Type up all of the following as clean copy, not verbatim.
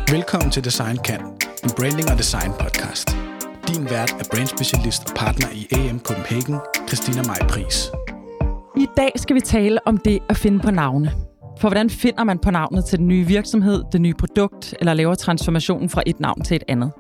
Velkommen til Design Kan, en branding og design podcast. Din vært er brandspecialist og partner i AM Copenhagen, Christina Maj Pris. I dag skal vi tale om det at finde på navne. For hvordan finder man på navnet til den nye virksomhed, det nye produkt, eller laver transformationen fra et navn til et andet?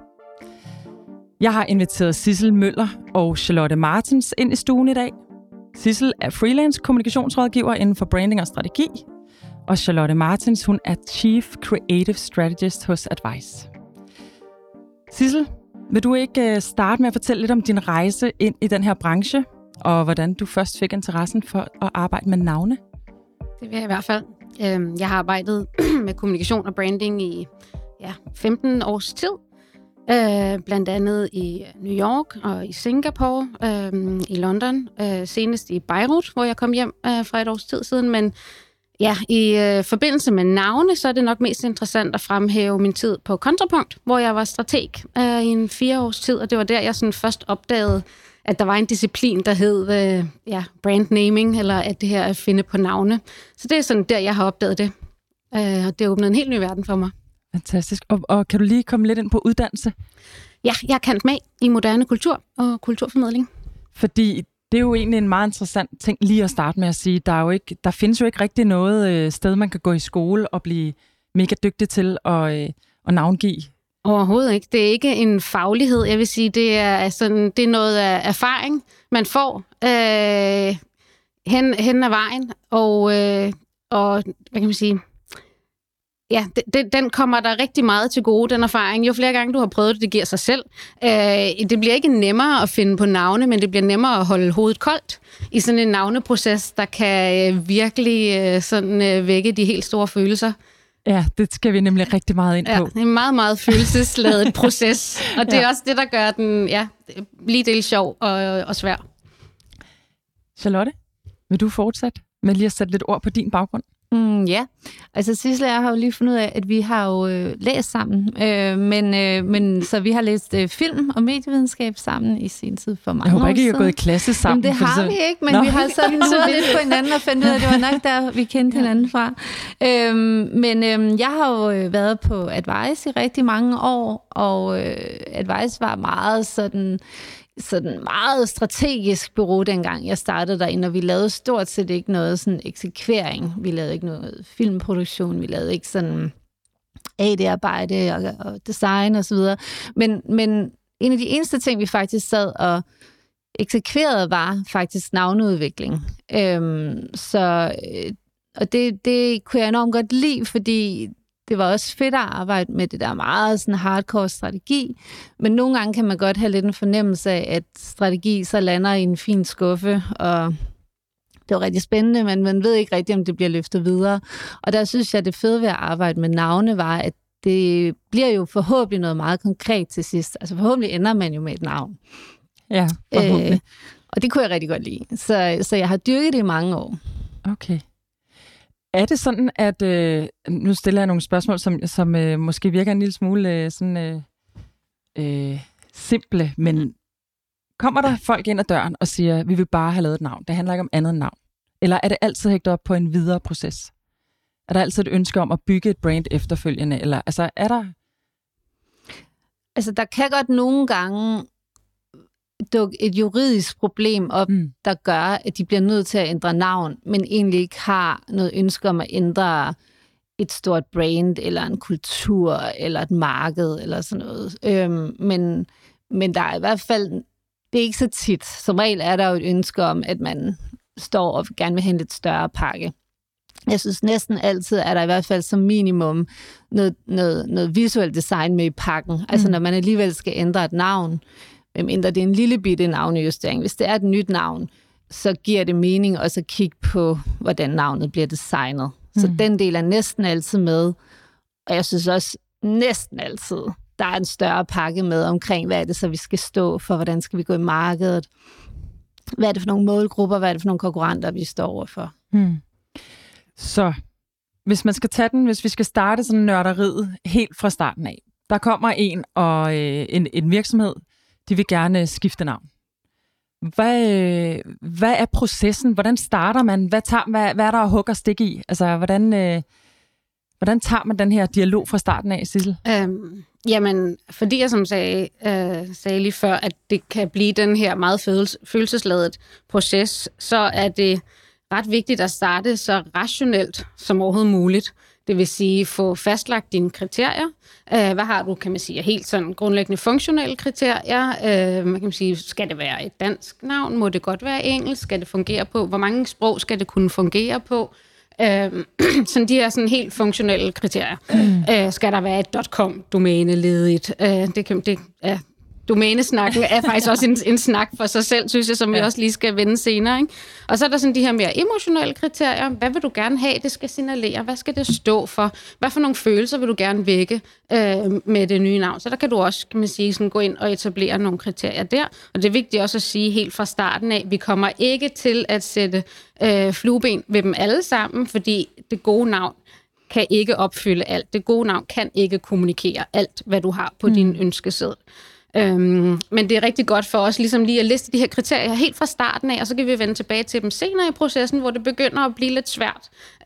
Jeg har inviteret Sissel Møller og Charlotte Martens ind i stuen i dag. Sissel er freelance kommunikationsrådgiver inden for branding og strategi, og Charlotte Martens, hun er Chief Creative Strategist hos Advice. Sissel, vil du ikke starte med at fortælle lidt om din rejse ind i den her branche, og hvordan du først fik interessen for at arbejde med navne? Det vil jeg i hvert fald. Jeg har arbejdet med kommunikation og branding i 15 års tid. Blandt andet i New York og i Singapore, i London, senest i Beirut, hvor jeg kom hjem fra et års tid siden. Men ja, i forbindelse med navne, så er det nok mest interessant at fremhæve min tid på Kontrapunkt, hvor jeg var strateg i en 4 års tid, og det var der, jeg sådan først opdagede, at der var en disciplin, der hed brand naming, eller at det her at finde på navne. Så det er sådan der, jeg har opdaget det. Og det åbnede en helt ny verden for mig. Fantastisk. Og kan du lige komme lidt ind på uddannelse? Ja, jeg er kendt med i moderne kultur og kulturformidling. Fordi det er jo egentlig en meget interessant ting lige at starte med at sige. Der findes jo ikke rigtig noget sted, man kan gå i skole og blive mega dygtig til at navngive. Overhovedet ikke. Det er ikke en faglighed. Jeg vil sige, det er noget af erfaring, man får hen ad vejen. Og hvad kan man sige? Ja, den kommer der rigtig meget til gode, den erfaring. Jo flere gange du har prøvet det, det giver sig selv. Det bliver ikke nemmere at finde på navne, men det bliver nemmere at holde hovedet koldt i sådan en navneproces, der kan virkelig vække de helt store følelser. Ja, det skal vi nemlig rigtig meget ind på. Ja, det er en meget, meget følelsesladet proces, og det er også det, der gør den lige del sjov og svær. Charlotte, vil du fortsætte med lige at sætte lidt ord på din baggrund? Ja, altså Sissel og jeg har jo lige fundet ud af, at vi har jo læst sammen, men så vi har læst film og medievidenskab sammen i sin tid for mange år siden. Jeg håber ikke, I har gået i klasse sammen. Jamen, det har vi ikke, men vi har sådan luret lidt på hinanden og fandt ud af, at det var nok der, vi kendte hinanden fra. Men jeg har jo været på Advice i rigtig mange år, og Advice var meget sådan meget strategisk bureau, dengang jeg startede derinde, og vi lavede stort set ikke noget sådan eksekvering. Vi lavede ikke noget filmproduktion, vi lavede ikke sådan AD-arbejde og design og så videre. Men en af de eneste ting, vi faktisk sad og eksekverede, var faktisk navneudvikling. Og det kunne jeg enormt godt lide, fordi det var også fedt at arbejde med det der meget sådan hardcore strategi, men nogle gange kan man godt have lidt en fornemmelse af, at strategi så lander i en fin skuffe, og det var rigtig spændende, men man ved ikke rigtig, om det bliver løftet videre. Og der synes jeg, at det fede ved at arbejde med navne var, at det bliver jo forhåbentlig noget meget konkret til sidst. Altså forhåbentlig ender man jo med et navn. Ja, forhåbentlig. Og det kunne jeg rigtig godt lide. Så jeg har dyrket det i mange år. Okay. Er det sådan, at... nu stiller jeg nogle spørgsmål, som måske virker en lille smule simple, men kommer der folk ind ad døren og siger, vi vil bare have lavet et navn? Det handler ikke om andet end navn. Eller er det altid hægtet op på en videre proces? Er der altid et ønske om at bygge et brand efterfølgende? Eller er der... Altså, der kan godt nogle gange dukke et juridisk problem op, der gør, at de bliver nødt til at ændre navn, men egentlig ikke har noget ønske om at ændre et stort brand, eller en kultur, eller et marked, eller sådan noget. Men der er i hvert fald, det er ikke så tit. Som regel er der jo et ønske om, at man står og gerne vil have en lidt større pakke. Jeg synes næsten altid, er der i hvert fald som minimum noget visuelt design med i pakken. Altså når man alligevel skal ændre et navn, mindre det er en lille bitte navnejustering. Hvis det er et nyt navn, så giver det mening også at kigge på, hvordan navnet bliver designet. Så den del er næsten altid med. Og jeg synes også næsten altid, der er en større pakke med omkring, hvad er det så, vi skal stå for, hvordan skal vi gå i markedet, hvad er det for nogle målgrupper, hvad er det for nogle konkurrenter, vi står overfor. Så hvis man skal tage den, hvis vi skal starte sådan nørderiet helt fra starten af, der kommer en virksomhed, de vil gerne skifte navn. Hvad er processen? Hvordan starter man? Hvad er der at hugge og stikke i? Altså, Hvordan tager man den her dialog fra starten af, Sissel? Jamen, fordi jeg som sagde lige før, at det kan blive den her meget følelsesladet proces, så er det ret vigtigt at starte så rationelt som overhovedet muligt. Det vil sige, få fastlagt dine kriterier. Hvad har du, kan man sige, helt sådan grundlæggende funktionelle kriterier? Man kan sige, skal det være et dansk navn? Må det godt være engelsk? Skal det fungere på? Hvor mange sprog skal det kunne fungere på? Sådan de her sådan helt funktionelle kriterier. Skal der være et .com-domæne ledigt? Domænesnakken er faktisk også en snak for sig selv, synes jeg, som vi også lige skal vende senere. Ikke? Og så er der sådan de her mere emotionelle kriterier. Hvad vil du gerne have, det skal signalere? Hvad skal det stå for? Hvad for nogle følelser vil du gerne vække med det nye navn? Så der kan du også, kan man sige, sådan gå ind og etablere nogle kriterier der. Og det er vigtigt også at sige helt fra starten af, vi kommer ikke til at sætte flueben ved dem alle sammen, fordi det gode navn kan ikke opfylde alt. Det gode navn kan ikke kommunikere alt, hvad du har på din ønskeseddel. Men det er rigtig godt for os ligesom lige at liste de her kriterier helt fra starten af, og så kan vi vende tilbage til dem senere i processen, hvor det begynder at blive lidt svært.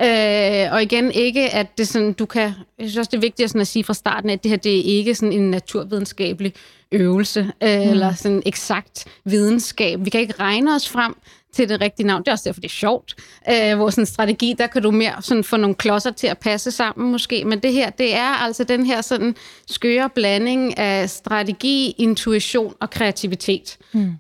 Og igen, ikke at det sådan, jeg synes også, det er vigtigt sådan at sige fra starten af, at det her, det er ikke sådan en naturvidenskabelig øvelse, eller sådan eksakt videnskab. Vi kan ikke regne os frem til det rigtige navn. Det er også derfor, det er sjovt. Hvor sådan en strategi, der kan du mere sådan få nogle klodser til at passe sammen måske. Men det her, det er altså den her sådan skøre blanding af strategi, intuition og kreativitet.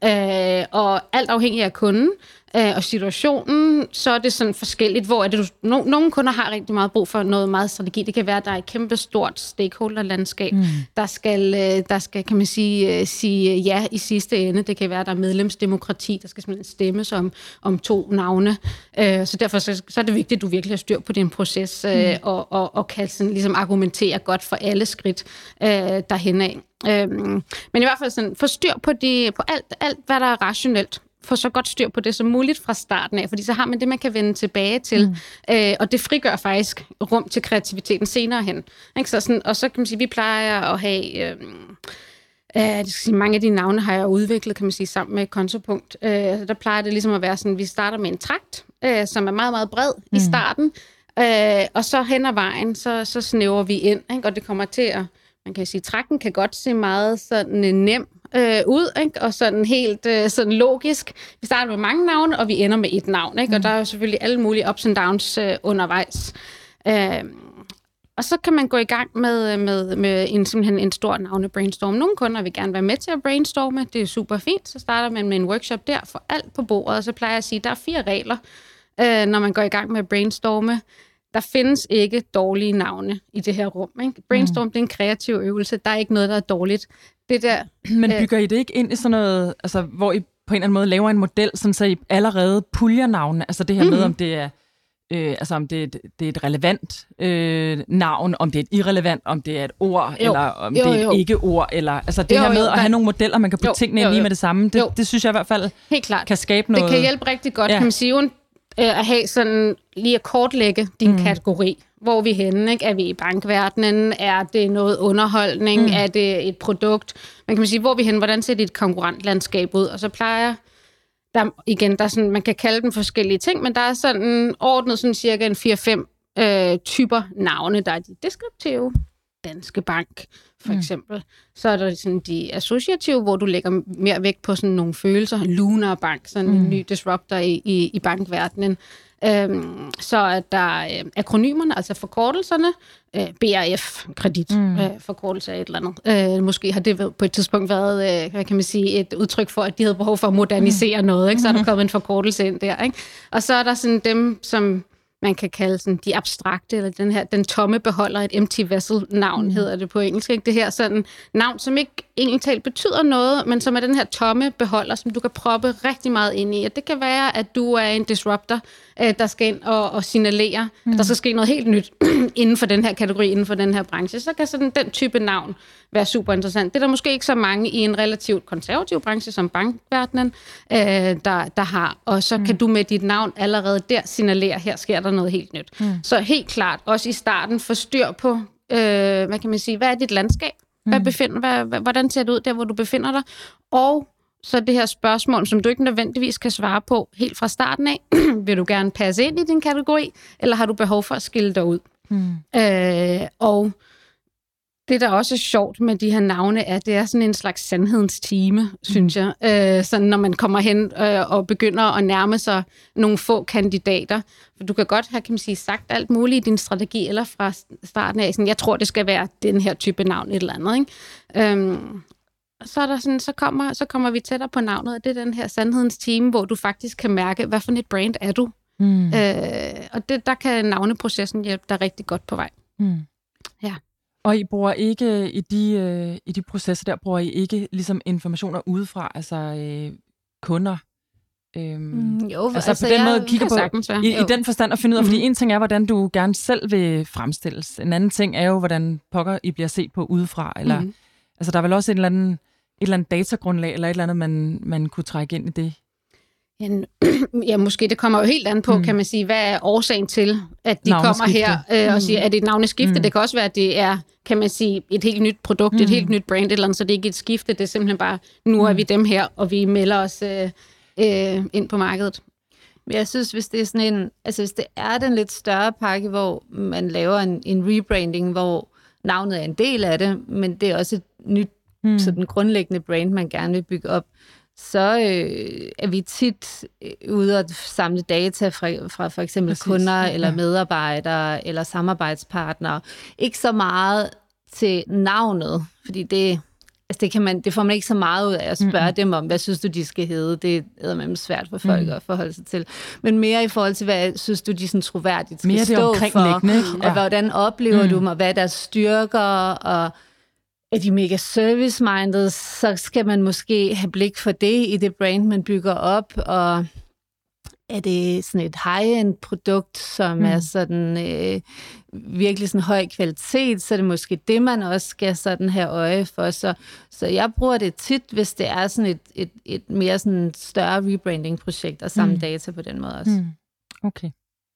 Og alt afhængig af kunden og situationen, så er det sådan forskelligt, hvor er det nogle kunder har rigtig meget brug for noget meget strategi. Det kan være, at der er et kæmpe stort stakeholderlandskab, der skal, kan man sige ja i sidste ende. Det kan være, at der er medlemsdemokrati, der skal simpelthen stemmes om 2 navne. Så derfor så er det vigtigt, at du virkelig har styr på din proces og kan sådan ligesom argumentere godt for alle skridt derhen af. Men i hvert fald sådan, få styr på alt, hvad der er rationelt. Få så godt styr på det som muligt fra starten af, fordi så har man det, man kan vende tilbage til, og det frigør faktisk rum til kreativiteten senere hen. Ikke? Og så kan man sige, vi plejer at have, mange af de navne har jeg udviklet, kan man sige, sammen med Kontopunkt. Der plejer det ligesom at være sådan, vi starter med en trakt, som er meget, meget bred i starten, og så hen ad vejen, så snæver vi ind, ikke? Og det kommer til at, man kan sige, trakten kan godt se meget sådan nem ud, ikke? Og sådan helt sådan logisk. Vi starter med mange navne, og vi ender med et navn, ikke? Og der er jo selvfølgelig alle mulige ups and downs undervejs. Og så kan man gå i gang med simpelthen en stor navne-brainstorm. Nogle kunder vil gerne være med til at brainstorme. Det er super fint. Så starter man med en workshop der, for alt på bordet. Og så plejer jeg at sige, at der er 4 regler, når man går i gang med at brainstorme. Der findes ikke dårlige navne i det her rum. Ikke? Brainstorm, det er en kreativ øvelse. Der er ikke noget, der er dårligt. Det der, men bygger I det ikke ind i sådan noget, altså, hvor I på en eller anden måde laver en model, sådan så I allerede puljer navne? Altså det her med, om det er om det er et relevant navn, om det er et irrelevant, om det er et ord, eller om det er et ikke-ord, eller altså det her med at have nogle modeller, man kan putte tingene ind lige med det samme, det synes jeg i hvert fald helt klart kan skabe noget. Det kan hjælpe rigtig godt, kan man sige, at have sådan lige at kortlægge din kategori. Hvor er vi henne? Ikke? Er vi i bankverdenen? Er det noget underholdning? Er det et produkt? Man kan sige, hvor er vi henne? Hvordan ser dit konkurrentlandskab ud? Og så plejer der er sådan, man kan kalde dem forskellige ting, men der er sådan ordnet sådan cirka en 4-5 typer navne. Der er de deskriptive, Danske Bank for eksempel. Så er der sådan de associative, hvor du lægger mere vægt på sådan nogle følelser. Lunar Bank, sådan en ny disruptor i bankverdenen. Så er der akronymerne, altså forkortelserne. BRF, kredit, forkortelse af et eller andet. Måske har det på et tidspunkt været, hvad kan man sige, et udtryk for, at de havde behov for at modernisere noget. Ikke? Så er der kommet en forkortelse ind der. Ikke? Og så er der sådan dem, som man kan kalde sådan de abstrakte, eller den tomme beholder, et empty vessel-navn hedder det på engelsk. Ikke? Det her sådan navn, som ikke egentlig talt betyder noget, men som er den her tomme beholder, som du kan proppe rigtig meget ind i. Og det kan være, at du er en disruptor, der skal ind og signalere, at der skal ske noget helt nyt inden for den her kategori, inden for den her branche. Så kan sådan den type navn være super interessant. Det er der måske ikke så mange i en relativt konservativ branche som bankverdenen, der har. Og så kan du med dit navn allerede der signalere, her sker der noget helt nyt. Så helt klart, også i starten, få styr på, hvad kan man sige, hvad er dit landskab? Hvordan ser det ud der, hvor du befinder dig? Og så det her spørgsmål, som du ikke nødvendigvis kan svare på helt fra starten af. Vil du gerne passe ind i din kategori, eller har du behov for at skille dig ud? Og det, der også er sjovt med de her navne, det er sådan en slags sandhedens time, synes jeg. Sådan når man kommer hen og begynder at nærme sig nogle få kandidater. For du kan godt have, kan man sige, sagt alt muligt i din strategi, eller fra starten af, sådan, jeg tror, det skal være den her type navn, et eller andet, ikke? Så er der sådan, så kommer vi tættere på navnet, og det er den her sandhedens time, hvor du faktisk kan mærke, hvad for et brand er du? Og der kan navneprocessen hjælpe dig rigtig godt på vej. Ja. Og I bruger ikke i de processer der, bruger I ikke ligesom informationer udefra, altså kunder? Jo, altså på den måde kigger på, i den forstand at finde ud af, fordi en ting er, hvordan du gerne selv vil fremstilles. En anden ting er jo, hvordan pokker I bliver set på udefra. Eller, altså der er vel også et eller andet datagrundlag, eller et eller andet, man kunne trække ind i det? Ja, måske det kommer jo helt an på, kan man sige, hvad er årsagen til, at de kommer her og siger, at det er et navneskifte. Det kan også være, at det er, kan man sige, et helt nyt produkt, et helt nyt brand, eller andet, så det er ikke et skifte, det er simpelthen bare, nu er vi dem her, og vi melder os ind på markedet. Men jeg synes, hvis det er sådan en, altså hvis det er den lidt større pakke, hvor man laver en rebranding, hvor navnet er en del af det, men det er også et nyt, sådan grundlæggende brand, man gerne vil bygge op, så er vi tit ude at samle data fra for eksempel kunder eller medarbejdere eller samarbejdspartnere. Ikke så meget til navnet, fordi det får man ikke så meget ud af at spørge dem om, hvad synes du, de skal hedde? Det er svært for folk at forholde sig til. Men mere i forhold til, hvad synes du, de sådan troværdigt skal mere stå for? Og hvordan oplever du dem, og hvad er deres styrker, og er de mega service-minded, så skal man måske have blik for det i det brand, man bygger op, og er det sådan et high-end produkt, som er sådan virkelig sådan høj kvalitet, så er det måske det, man også skal sådan have øje for. Så jeg bruger det tit, hvis det er sådan et mere sådan større rebranding-projekt, og samle data på den måde også. Okay.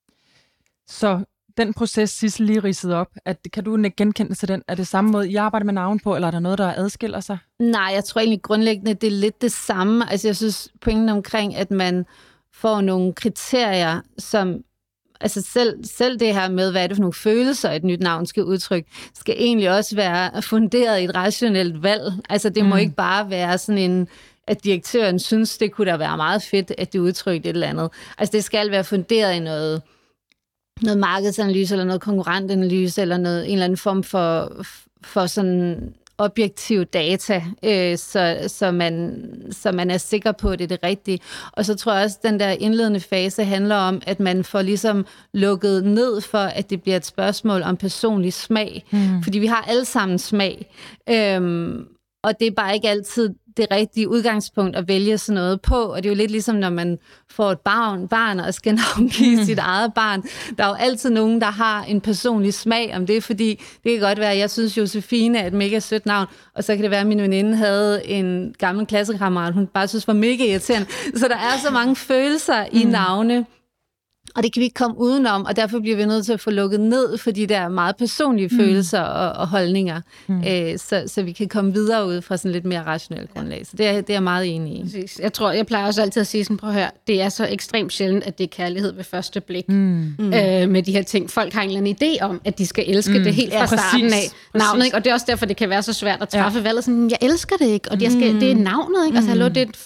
Så den proces, Sissel lige ridsede op, kan du genkende til den? Er det samme måde, I arbejder med navn på, eller er der noget, der adskiller sig? Nej, jeg tror egentlig grundlæggende, det er lidt det samme. Altså jeg synes pointen omkring, at man får nogle kriterier, som altså selv det her med, hvad er det for nogle følelser, et nyt navn skal udtrykke, skal egentlig også være funderet i et rationelt valg. Altså det må ikke bare være sådan en, at direktøren synes, det kunne da være meget fedt, at det udtrykte et eller andet. Altså det skal være funderet i noget markedsanalyse, eller noget konkurrentanalyse, eller en eller anden form for sådan objektiv data, så man er sikker på, at det er det rigtige. Og så tror jeg også, at den der indledende fase handler om, at man får ligesom lukket ned for, at det bliver et spørgsmål om personlig smag. Fordi vi har alle sammen smag. Og det er bare ikke altid det rigtige udgangspunkt at vælge sådan noget på. Og det er jo lidt ligesom, når man får et barn og skal navngive sit eget barn. Der er jo altid nogen, der har en personlig smag om det, fordi det kan godt være, at jeg synes, Josefine er et mega sødt navn, og så kan det være, at min veninde havde en gammel klassekammerat, hun bare synes var mega irriterende. Så der er så mange følelser i navne, og det kan vi ikke komme udenom, og derfor bliver vi nødt til at få lukket ned for de der meget personlige følelser og holdninger, så vi kan komme videre ud fra sådan lidt mere rationelt grundlag. Så det er jeg meget enig i. Præcis. Jeg plejer også altid at sige sådan, prøv at høre, det er så ekstremt sjældent, at det er kærlighed ved første blik med de her ting. Folk har en eller anden idé om, at de skal elske det helt fra starten af navnet, ikke? Og det er også derfor, det kan være så svært at træffe valget. Sådan, jeg elsker det ikke, og det er navnet, ikke? Altså, hallo, det er det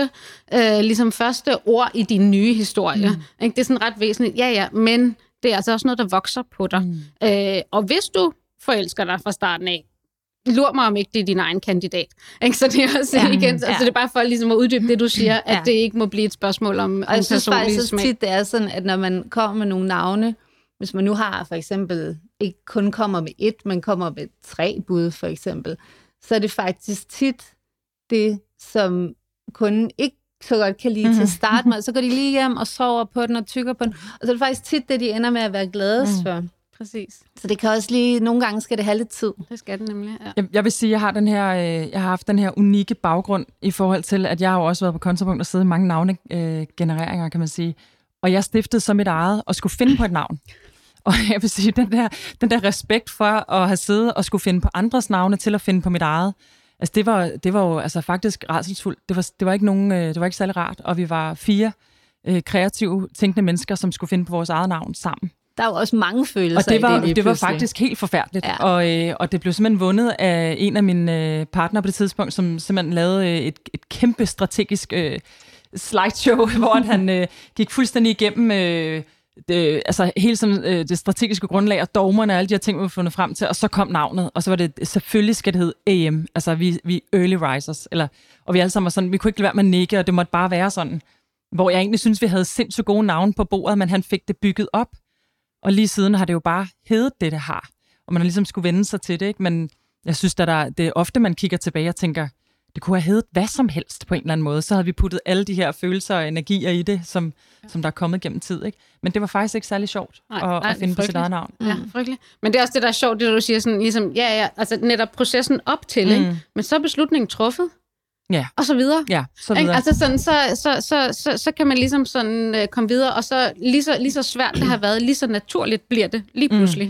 første ord i din nye historie. Ikke? Det er sådan ret væsentligt. Ja, men det er altså også noget, der vokser på dig. Og hvis du forelsker dig fra starten af, lur mig om ikke, det er din egen kandidat. Ikke? Så det er også igen, så det er bare for ligesom at uddybe det, du siger, at det ikke må blive et spørgsmål om og jeg synes personlig faktisk smag. Tit, det er sådan, at når man kommer med nogle navne, hvis man nu har for eksempel ikke kun kommer med 1, men kommer med 3 bud for eksempel, så er det faktisk tit det, som kunden ikke så godt kan lide til at starte med. Så går de lige hjem og sover på den og tykker på den. Og så er det faktisk tit det, de ender med at være gladest for. Præcis. Så det kan også lige, nogle gange skal det have lidt tid. Det skal det nemlig, ja. Jeg vil sige, at jeg har haft den her unikke baggrund i forhold til, at jeg har jo også været på Kontrapunkt og siddet i mange navnegenereringer, kan man sige. Og jeg stiftede så mit eget og skulle finde på et navn. Og jeg vil sige, den der respekt for at have siddet og skulle finde på andres navne til at finde på mit eget, altså det var jo altså faktisk rædselsfuldt. Det var ikke særlig rart, og vi var 4 kreative, tænkende mennesker, som skulle finde på vores eget navn sammen. Der er jo også mange følelser og i det var faktisk helt forfærdeligt. Ja. Og det blev simpelthen vundet af en af mine partnere på det tidspunkt, som simpelthen lavede et kæmpe strategisk slideshow, hvor han gik fuldstændig igennem hele sådan, det strategiske grundlag og dogmerne og alle de her ting, vi har fundet frem til, og så kom navnet, og så var det, selvfølgelig skal det hedde AM, altså vi early risers, og vi alle sammen var sådan, vi kunne ikke lade være med at nikke, og det måtte bare være sådan, hvor jeg egentlig synes, vi havde sindssygt gode navne på bordet, men han fik det bygget op, og lige siden har det jo bare heddet det har, og man har ligesom skulle vende sig til det, ikke? Men jeg synes, det er ofte, man kigger tilbage og tænker, det kunne have heddet hvad som helst på en eller anden måde. Så havde vi puttet alle de her følelser og energier i det, som der er kommet gennem tid. Ikke? Men det var faktisk ikke særlig sjovt at finde på sit eget navn. Ja, frygteligt. Men det er også det, der er sjovt, det du siger, sådan, ligesom, altså netop processen op til, ikke? Men så er beslutningen truffet. Ja. Og så videre. Ja, så videre. Altså sådan, så kan man ligesom sådan komme videre, og så lige så svært det har været, lige så naturligt bliver det lige pludselig.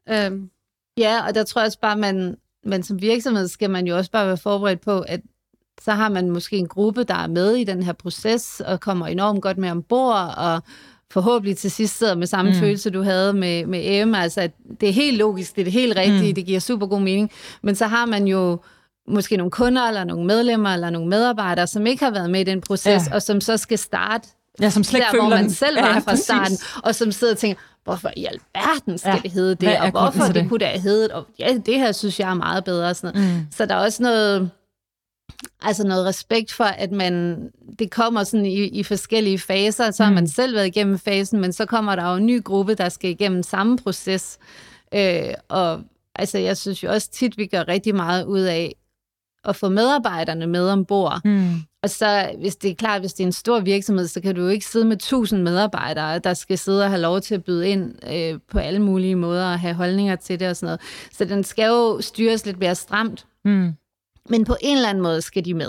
Ja, og der tror jeg også bare, man som virksomhed skal man jo også bare være forberedt på, at så har man måske en gruppe, der er med i den her proces, og kommer enormt godt med ombord, og forhåbentlig til sidst sidder med samme følelse, du havde med AM. Altså, at det er helt logisk, det er det helt rigtige, det giver super god mening. Men så har man jo måske nogle kunder, eller nogle medlemmer, eller nogle medarbejdere, som ikke har været med i den proces, og som så skal starte som slet der, hvor man selv var fra starten, og som sidder og tænker, hvorfor i alverden skal det hedde det, og hvorfor det kunne da have heddet, og det her synes jeg er meget bedre. Og sådan noget. Så der er også noget respekt for, at det kommer sådan i forskellige faser, så har man selv været igennem fasen, men så kommer der jo en ny gruppe, der skal igennem samme proces. Og altså, jeg synes jo også tit, vi gør rigtig meget ud af at få medarbejderne med ombord. Og så, hvis det er klart, hvis det er en stor virksomhed, så kan du jo ikke sidde med 1000 medarbejdere, der skal sidde og have lov til at byde ind på alle mulige måder og have holdninger til det og sådan noget. Så den skal jo styres lidt mere stramt. Men på en eller anden måde skal de med.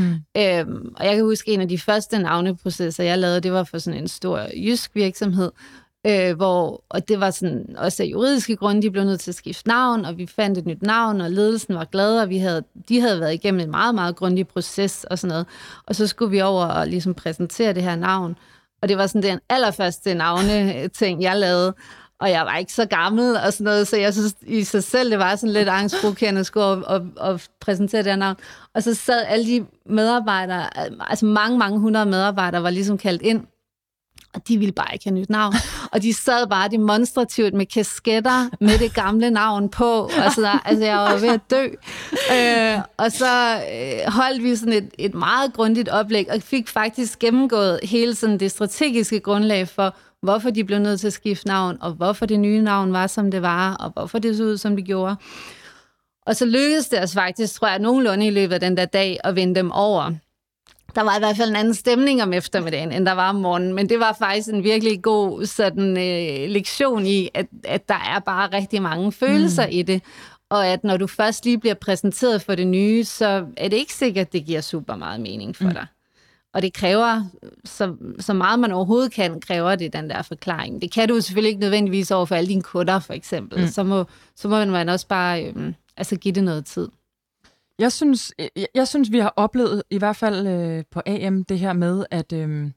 Og jeg kan huske, en af de første navneprocesser, jeg lavede, det var for sådan en stor jysk virksomhed, og det var sådan, også af juridiske grunde, de blev nødt til at skifte navn, og vi fandt et nyt navn, og ledelsen var glade, og de havde været igennem en meget, meget grundig proces og sådan noget. Og så skulle vi over og ligesom præsentere det her navn. Og det var sådan den allerførste navne-ting, jeg lavede. Og jeg var ikke så gammel og sådan noget, så jeg synes i sig selv, det var sådan lidt angstprovokerende at skulle og præsentere det her navn. Og så sad alle de medarbejdere, altså mange hundrede medarbejdere, var ligesom kaldt ind, og de ville bare ikke have nyt navn. Og de sad bare demonstrativt med kasketter med det gamle navn på. Altså jeg var ved at dø. Og så holdt vi sådan et meget grundigt oplæg, og fik faktisk gennemgået hele sådan det strategiske grundlag for, hvorfor de blev nødt til at skifte navn, og hvorfor det nye navn var, som det var, og hvorfor det så ud, som det gjorde. Og så lykkedes det os faktisk, tror jeg, nogenlunde i løbet af den der dag, at vinde dem over. Der var i hvert fald en anden stemning om eftermiddagen, end der var om morgenen, men det var faktisk en virkelig god sådan, lektion i, at der er bare rigtig mange følelser i det, og at når du først lige bliver præsenteret for det nye, så er det ikke sikkert, at det giver super meget mening for dig. Og det kræver, så meget man overhovedet kan, kræver det den der forklaring. Det kan du selvfølgelig ikke nødvendigvis over for alle dine kunder, for eksempel. Så må man også bare give det noget tid. Jeg synes, vi har oplevet, i hvert fald på AM, det her med, at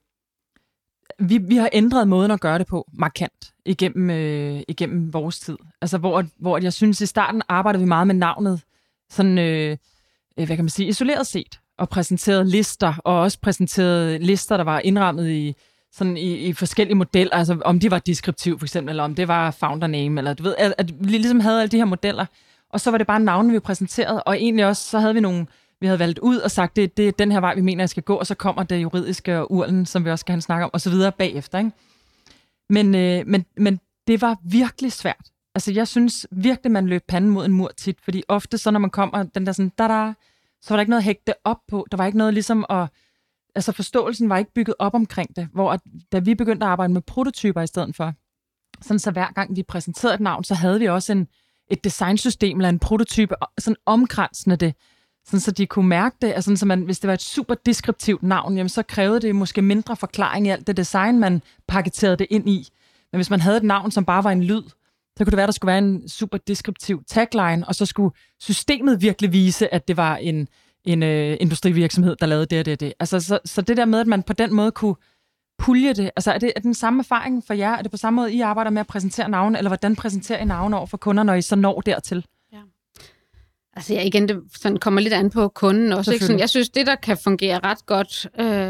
vi har ændret måden at gøre det på markant igennem vores tid. Altså, hvor jeg synes, i starten arbejdede vi meget med navnet, sådan, hvad kan man sige, isoleret set, og præsenterede lister, og også præsenterede lister, der var indrammet i forskellige modeller, altså om de var deskriptiv for eksempel, eller om det var founder name, eller du ved, at vi ligesom havde alle de her modeller, og så var det bare navnene, vi præsenterede, og egentlig også, så havde vi havde valgt ud og sagt, det er den her vej, vi mener, jeg skal gå, og så kommer det juridiske og urlen, som vi også skal snakke om, og så videre bagefter, ikke? Men det var virkelig svært. Altså, jeg synes virkelig, man løb panden mod en mur tit, fordi ofte så, når man kommer, den der sådan, så var der ikke noget at hægte op på. Der var ikke noget ligesom altså forståelsen var ikke bygget op omkring det, hvor da vi begyndte at arbejde med prototyper i stedet for, sådan så hver gang vi præsenterede et navn, så havde vi også et designsystem eller en prototype, sådan omkransende det, sådan så de kunne mærke det, altså sådan så hvis det var et super deskriptivt navn, jamen så krævede det måske mindre forklaring i alt det design, man pakketerede det ind i. Men hvis man havde et navn, som bare var en lyd, så kunne det være, der skulle være en super deskriptiv tagline, og så skulle systemet virkelig vise, at det var en industrivirksomhed, der lavede det og det og det. Altså, så det der med, at man på den måde kunne pulje det? Altså er det den samme erfaring for jer? Er det på samme måde, I arbejder med at præsentere navne, eller hvordan præsenterer I navne over for kunder, når I så når dertil? Ja. Altså igen, det sådan kommer lidt an på kunden også. Ikke? Sådan, jeg synes, det der kan fungere ret godt,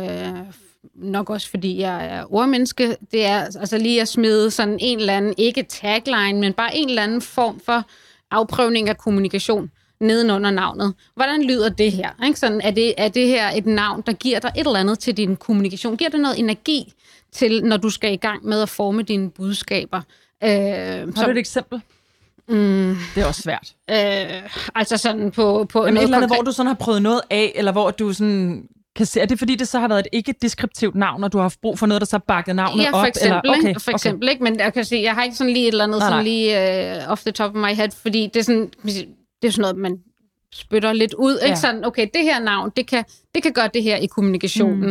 nok også fordi jeg er ordmenneske, det er altså lige at smide sådan en eller anden, ikke tagline, men bare en eller anden form for afprøvning af kommunikation nedenunder navnet. Hvordan lyder det her? Ikke? Sådan, er det her et navn, der giver dig et eller andet til din kommunikation? Giver det noget energi til, når du skal i gang med at forme dine budskaber? Har du et eksempel? Det er også svært. Altså sådan på men et eller andet, hvor du sådan har prøvet noget af, eller hvor du sådan kan se, er det fordi, det så har været et ikke-deskriptivt navn, og du har haft brug for noget, der så bakker navnet op? Ja, for eksempel, eller? Okay, for eksempel ikke, men jeg kan sige, jeg har ikke sådan lige et eller andet sådan lige off the top of my head, fordi det er sådan noget, man spytter lidt ud, ikke? Sådan, okay, det her navn, det kan gøre det her i kommunikationen.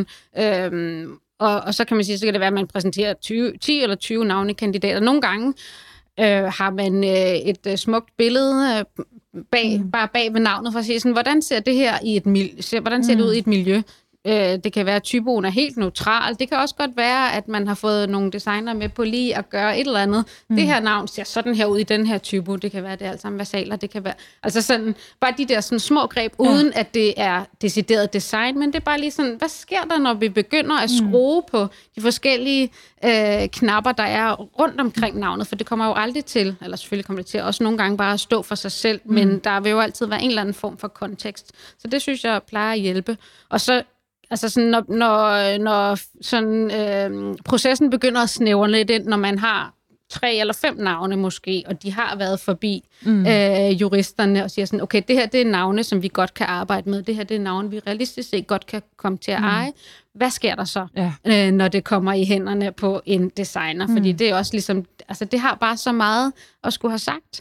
Og så kan man sige, så kan det være, at man præsenterer 10 eller 20 navnekandidater. Nogle gange har man et smukt billede bare bag ved navnet for at sige sådan, hvordan ser det her hvordan ser det ud i et miljø? Det kan være, at typoen er helt neutral. Det kan også godt være, at man har fået nogle designer med på lige at gøre et eller andet. Det her navn ser sådan her ud i den her typo. Det kan være, det er alt sammen versaler. Det kan være altså sådan, bare de der sådan små greb, uden at det er decideret design, men det er bare lige sådan, hvad sker der, når vi begynder at skrue på de forskellige knapper, der er rundt omkring navnet? For det kommer jo aldrig til, eller selvfølgelig kommer det til også nogle gange bare at stå for sig selv, men der vil jo altid være en eller anden form for kontekst. Så det synes jeg plejer at hjælpe. Og så altså sådan, når sådan, processen begynder at snævre lidt ind, når man har 3 eller 5 navne måske, og de har været forbi juristerne og siger sådan, okay, det her det er navne, som vi godt kan arbejde med. Det her det er navne, vi realistisk set godt kan komme til at eje. Hvad sker der så, når det kommer i hænderne på en designer? Fordi det er også ligesom, altså det har bare så meget at skulle have sagt.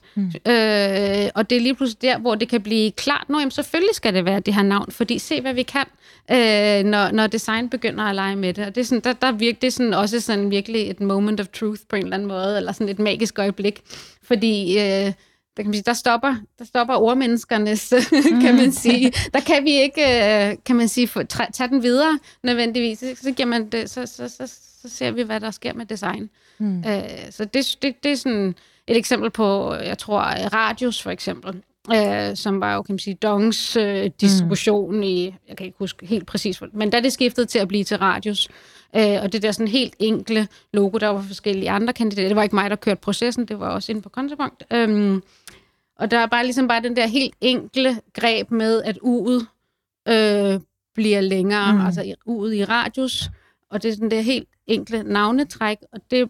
Og det er lige pludselig der, hvor det kan blive klart, jamen selvfølgelig skal det være det her navn, fordi se hvad vi kan, når design begynder at lege med det. Og det er sådan, det er sådan også sådan virkelig et moment of truth på en eller anden måde, eller sådan et magisk øjeblik. Fordi der kan man sige, der stopper ordmenneskernes, kan man sige. Der kan vi ikke, kan man sige, tage den videre nødvendigvis. Så giver man det, så ser vi, hvad der sker med design. Så det er sådan et eksempel på, jeg tror, Radius for eksempel, som var jo, kan man sige, Dongs distribution i, jeg kan ikke huske helt præcis, men da det skiftede til at blive til Radius, og det der sådan helt enkle logo, der var forskellige andre kandidater. Det var ikke mig, der kørte processen, det var også inde på Kontrapunkt. Og der er bare den der helt enkle greb med, at U'et bliver længere, altså U'et i Radius, og det er sådan der helt enkle navnetræk, og det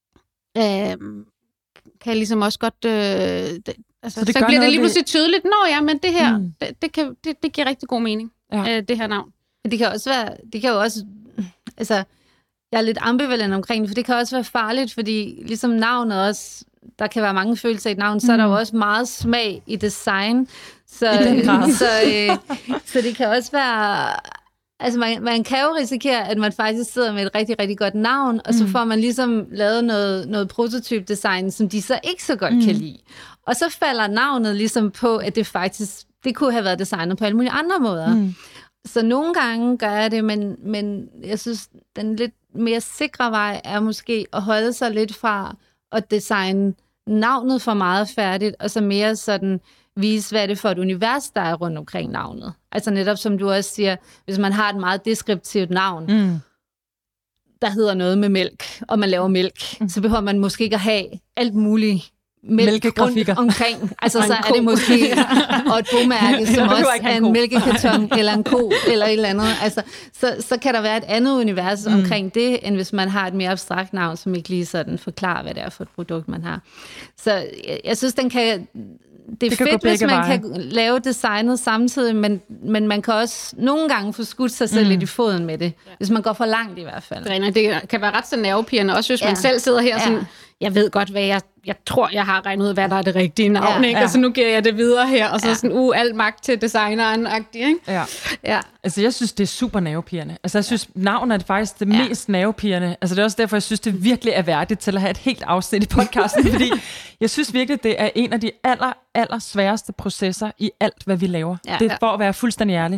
kan ligesom også godt... så bliver det lige pludselig tydeligt, men det her, det giver rigtig god mening, det her navn. Det kan jo også, altså, jeg er lidt ambivalent omkring det, for det kan også være farligt, fordi ligesom navnet også, der kan være mange følelser i et navn, så er der jo også meget smag i design. Så det kan også være... Altså, man kan jo risikere, at man faktisk sidder med et rigtig, rigtig godt navn, og så får man ligesom lavet noget prototyp-design, som de så ikke så godt kan lide. Og så falder navnet ligesom på, at det kunne have været designet på alle mulige andre måder. Så nogle gange gør jeg det, men jeg synes, den lidt mere sikre vej er måske at holde sig lidt fra at designe navnet for meget færdigt, og så mere sådan vise, hvad det er for et univers, der er rundt omkring navnet. Altså netop, som du også siger, hvis man har et meget deskriptivt navn, der hedder noget med mælk, og man laver mælk, så behøver man måske ikke at have alt muligt mælk rundt omkring. Altså så er det måske og et bomærke, som også er en mælkekarton, eller en ko, eller et eller andet. Altså, så kan der være et andet univers omkring det, end hvis man har et mere abstrakt navn, som ikke lige sådan forklarer, hvad det er for et produkt, man har. Så jeg synes, det er fedt, hvis man kan lave designet samtidig, men man kan også nogle gange få skudt sig selv lidt i foden med det, hvis man går for langt i hvert fald. Det kan være ret så nervepirrende, også hvis man selv sidder her sådan, jeg ved godt, hvad jeg tror, jeg har regnet ud, hvad der er det rigtige navn, ikke? Og så nu giver jeg det videre her, og så sådan, alt magt til designeren-agtigt, ikke? Ja. Altså, jeg synes, det er super nervepirrende. Altså, jeg synes, navnet er faktisk det mest nervepirrende. Altså, det er også derfor, jeg synes, det virkelig er værdigt til at have et helt afsnit i podcasten, fordi jeg synes virkelig, det er en af de aller sværeste processer i alt, hvad vi laver. Det er for at være fuldstændig ærlig.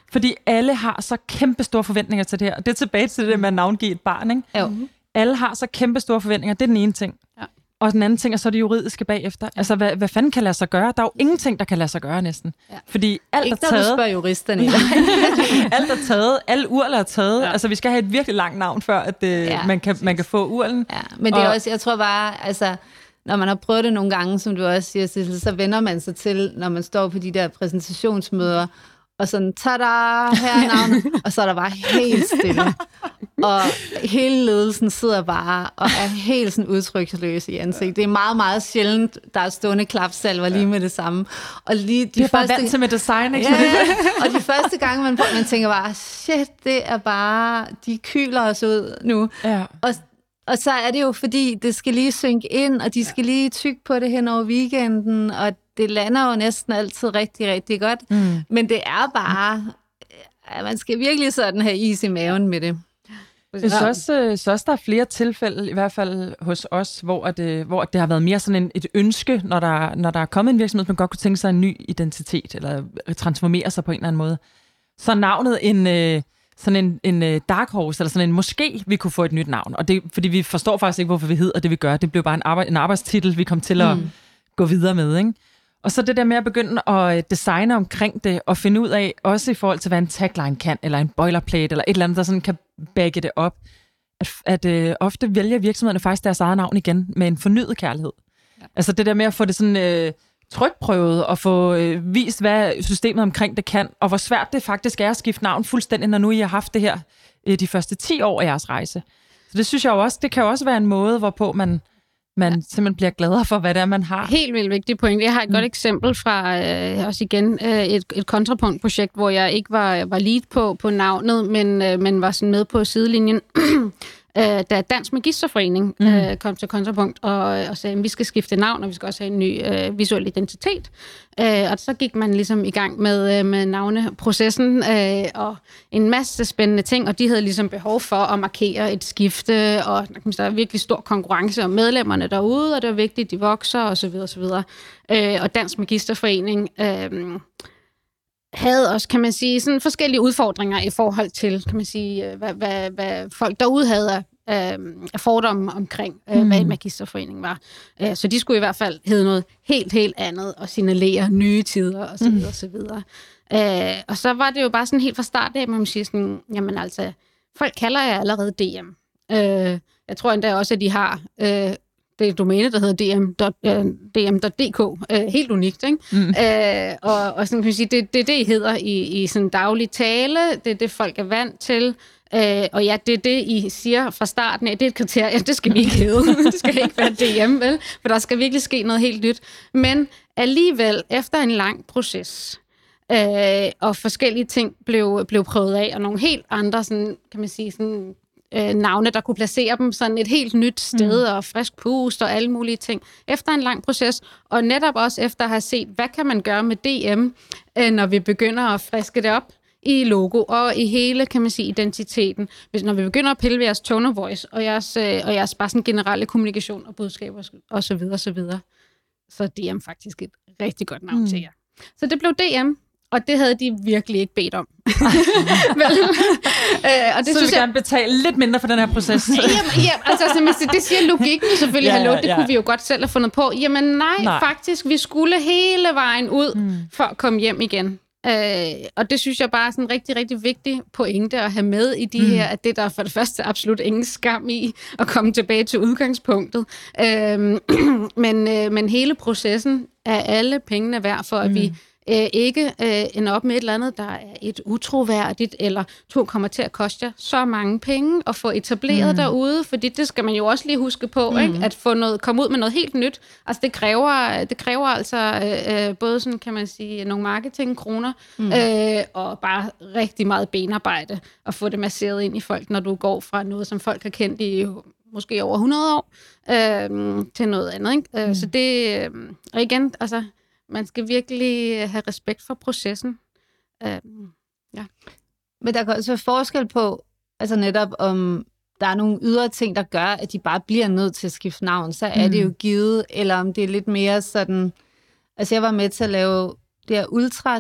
Fordi alle har så kæmpe store forventninger til det her. Det er tilbage til det med at navngive et barn, ikke? Jo. Alle har så kæmpe store forventninger. Det er den ene ting. Ja. Og den anden ting er så det juridiske bagefter. Altså, hvad fanden kan lade sig gøre? Der er jo ingenting, der kan lade sig gøre næsten. Ja. Fordi alt er taget. Ikke, når du spørger juristerne. Alt er taget. Alle urler er taget. Ja. Altså, vi skal have et virkelig langt navn, før at man kan få urlen. Ja, men det er også, jeg tror bare, altså, når man har prøvet det nogle gange, som du også siger, Sissel, så vender man sig til, når man står på de der præsentationsmøder, og sådan, tada, her er navnet, og så er der bare helt stille. Og hele ledelsen sidder bare og er helt sådan udtryksløs i ansigt. Det er meget, meget sjældent, der er stående klapsalver lige med det samme. Og lige de er bare vant til med design, ikke? Ja, og de første gange, man tænker bare, shit, det er bare, de kyler os ud nu. Ja. Og så er det jo, fordi det skal lige synke ind, og de skal lige tygge på det hen over weekenden, og det lander jo næsten altid rigtig, rigtig godt. Men det er bare, man skal virkelig sådan have is i maven med det. Jeg synes også, der er flere tilfælde, i hvert fald hos os, hvor det har været mere sådan et ønske, når der er kommet en virksomhed, man godt kunne tænke sig en ny identitet, eller transformere sig på en eller anden måde. Så navnet sådan en dark horse, eller sådan en måske, vi kunne få et nyt navn. Og det, fordi vi forstår faktisk ikke, hvorfor vi hedder det, vi gør. Det blev bare en arbejdstitel, vi kom til at gå videre med, ikke? Og så det der med at begynde at designe omkring det, og finde ud af, også i forhold til, hvad en tagline kan, eller en boilerplate, eller et eller andet, der sådan kan bagge det op, at ofte vælger virksomhederne faktisk deres eget navn igen, med en fornyet kærlighed. Ja. Altså det der med at få det sådan trykprøvet, og få vist, hvad systemet omkring det kan, og hvor svært det faktisk er at skifte navn fuldstændig, når nu I har haft det her de første 10 år af jeres rejse. Så det synes jeg jo også, det kan jo også være en måde, hvorpå man simpelthen bliver gladere for, hvad det er, man har. Helt vildt vigtigt point. Jeg har et godt eksempel fra også igen et kontrapunktprojekt, hvor jeg ikke var lead på navnet, men var sådan med på sidelinjen. Da Dansk Magisterforening kom til kontrapunkt og sagde, at vi skal skifte navn, og vi skal også have en ny visuel identitet. Og så gik man ligesom i gang med navneprocessen og en masse spændende ting, og de havde ligesom behov for at markere et skifte, og der er virkelig stor konkurrence om medlemmerne derude, og det er vigtigt, de vokser, osv. osv. Og Dansk Magisterforening havde også, kan man sige, sådan forskellige udfordringer i forhold til, kan man sige, hvad folk derude havde af fordomme omkring, hvad en magisterforening var. Så de skulle i hvert fald hedde noget helt, helt andet og signalere nye tider osv. osv. Og så var det jo bare sådan helt fra start af, man sige sådan, jamen altså, folk kalder jeg allerede DM. Jeg tror endda også, at de har det domæne, der hedder dm.dk. Helt unikt, ikke? Og sådan kan man sige, det er det, I hedder i sådan daglig tale. Det er det, folk er vant til. Og ja, det er det, I siger fra starten af. Det er et kriterie. Det skal vi ikke hedde. Det skal ikke være DM, vel? For der skal virkelig ske noget helt nyt. Men alligevel, efter en lang proces, og forskellige ting blev prøvet af, og nogle helt andre, sådan, kan man sige, sådan navne, der kunne placere dem sådan et helt nyt sted, og frisk pust og alle mulige ting. Efter en lang proces, og netop også efter at have set, hvad kan man gøre med DM, når vi begynder at friske det op i logo og i hele, kan man sige, identiteten. Når vi begynder at pille ved jeres tone of voice, og jeres bare sådan generelle kommunikation og budskaber, og så videre, så videre. Så er DM faktisk et rigtig godt navn til jer. Så det blev DM. Og det havde de virkelig ikke bedt om. Og det så synes jeg gerne betale lidt mindre for den her proces. Altså, det siger logikken selvfølgelig. Hallo, det kunne vi jo godt selv have fundet på. Jamen nej, faktisk, vi skulle hele vejen ud for at komme hjem igen. Og det synes jeg bare er sådan en rigtig, rigtig vigtig pointe at have med i de her, at det der for det første absolut ingen skam i at komme tilbage til udgangspunktet. Men hele processen er alle pengene værd for, at vi ikke ender op med et eller andet, der er et utroværdigt, eller kommer til at koste jer så mange penge at få etableret derude, fordi det skal man jo også lige huske på, ikke? At komme ud med noget helt nyt. Altså det kræver altså både sådan, kan man sige, nogle marketingkroner, og bare rigtig meget benarbejde at få det masseret ind i folk, når du går fra noget, som folk har kendt i måske over 100 år, til noget andet, ikke? Så det, og igen, altså, man skal virkelig have respekt for processen. Ja. Men der kan også være forskel på, altså netop om der er nogle ydre ting, der gør, at de bare bliver nødt til at skifte navn, så er det jo givet, eller om det er lidt mere sådan, altså jeg var med til at lave det her ultra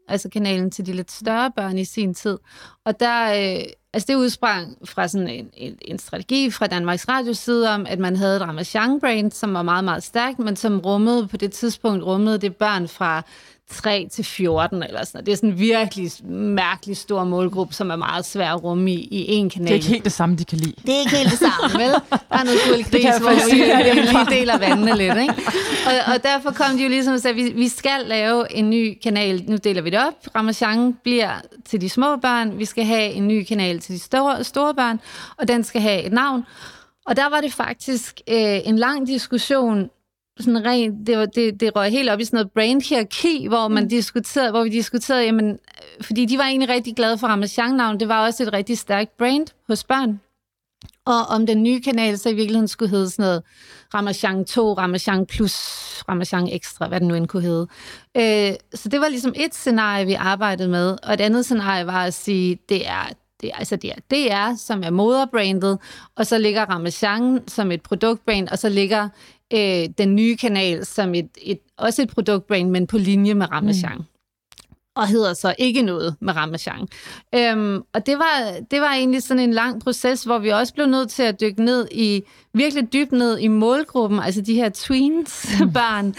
altså kanalen til de lidt større børn i sin tid. Og der, altså det udsprang fra sådan en strategi fra Danmarks Radios side om, at man havde et Ramasjang-brand, som var meget, meget stærkt, men som på det tidspunkt rummede det børn fra 3 til 14 eller sådan noget. Det er sådan en virkelig mærkelig stor målgruppe, som er meget svær at rumme i en kanal. Det er ikke helt det samme, de kan lide. Det er ikke helt det samme, vel? Der er noget guldgris, hvor vi lige deler vandene lidt, ikke? Og derfor kom de jo ligesom og sagde, at vi skal lave en ny kanal. Nu deler vi det op. Ramasjang bliver til de små børn. Vi skal have en ny kanal til de store børn, og den skal have et navn. Og der var det faktisk en lang diskussion. Sådan rent, det røg helt op i sådan noget brand-hierarki, hvor vi diskuterede, jamen, fordi de var egentlig rigtig glade for Ramasjang-navn. Det var også et rigtig stærkt brand hos børn. Og om den nye kanal så i virkeligheden skulle hedde sådan noget Ramasjang 2, Ramasjang Plus, Ramasjang Extra, hvad den nu end kunne hedde. Så det var ligesom et scenarie, vi arbejdede med. Og et andet scenarie var at sige, det er DR, som er moderbrandet, og så ligger Ramasjang som et produktbrand, og så ligger den nye kanal som også et produktbrand, men på linje med Ramasjang. Og hedder så ikke noget med Ramasjang. Og det var egentlig sådan en lang proces, hvor vi også blev nødt til at dykke virkelig dybt ned i målgruppen, altså de her tweens-børn.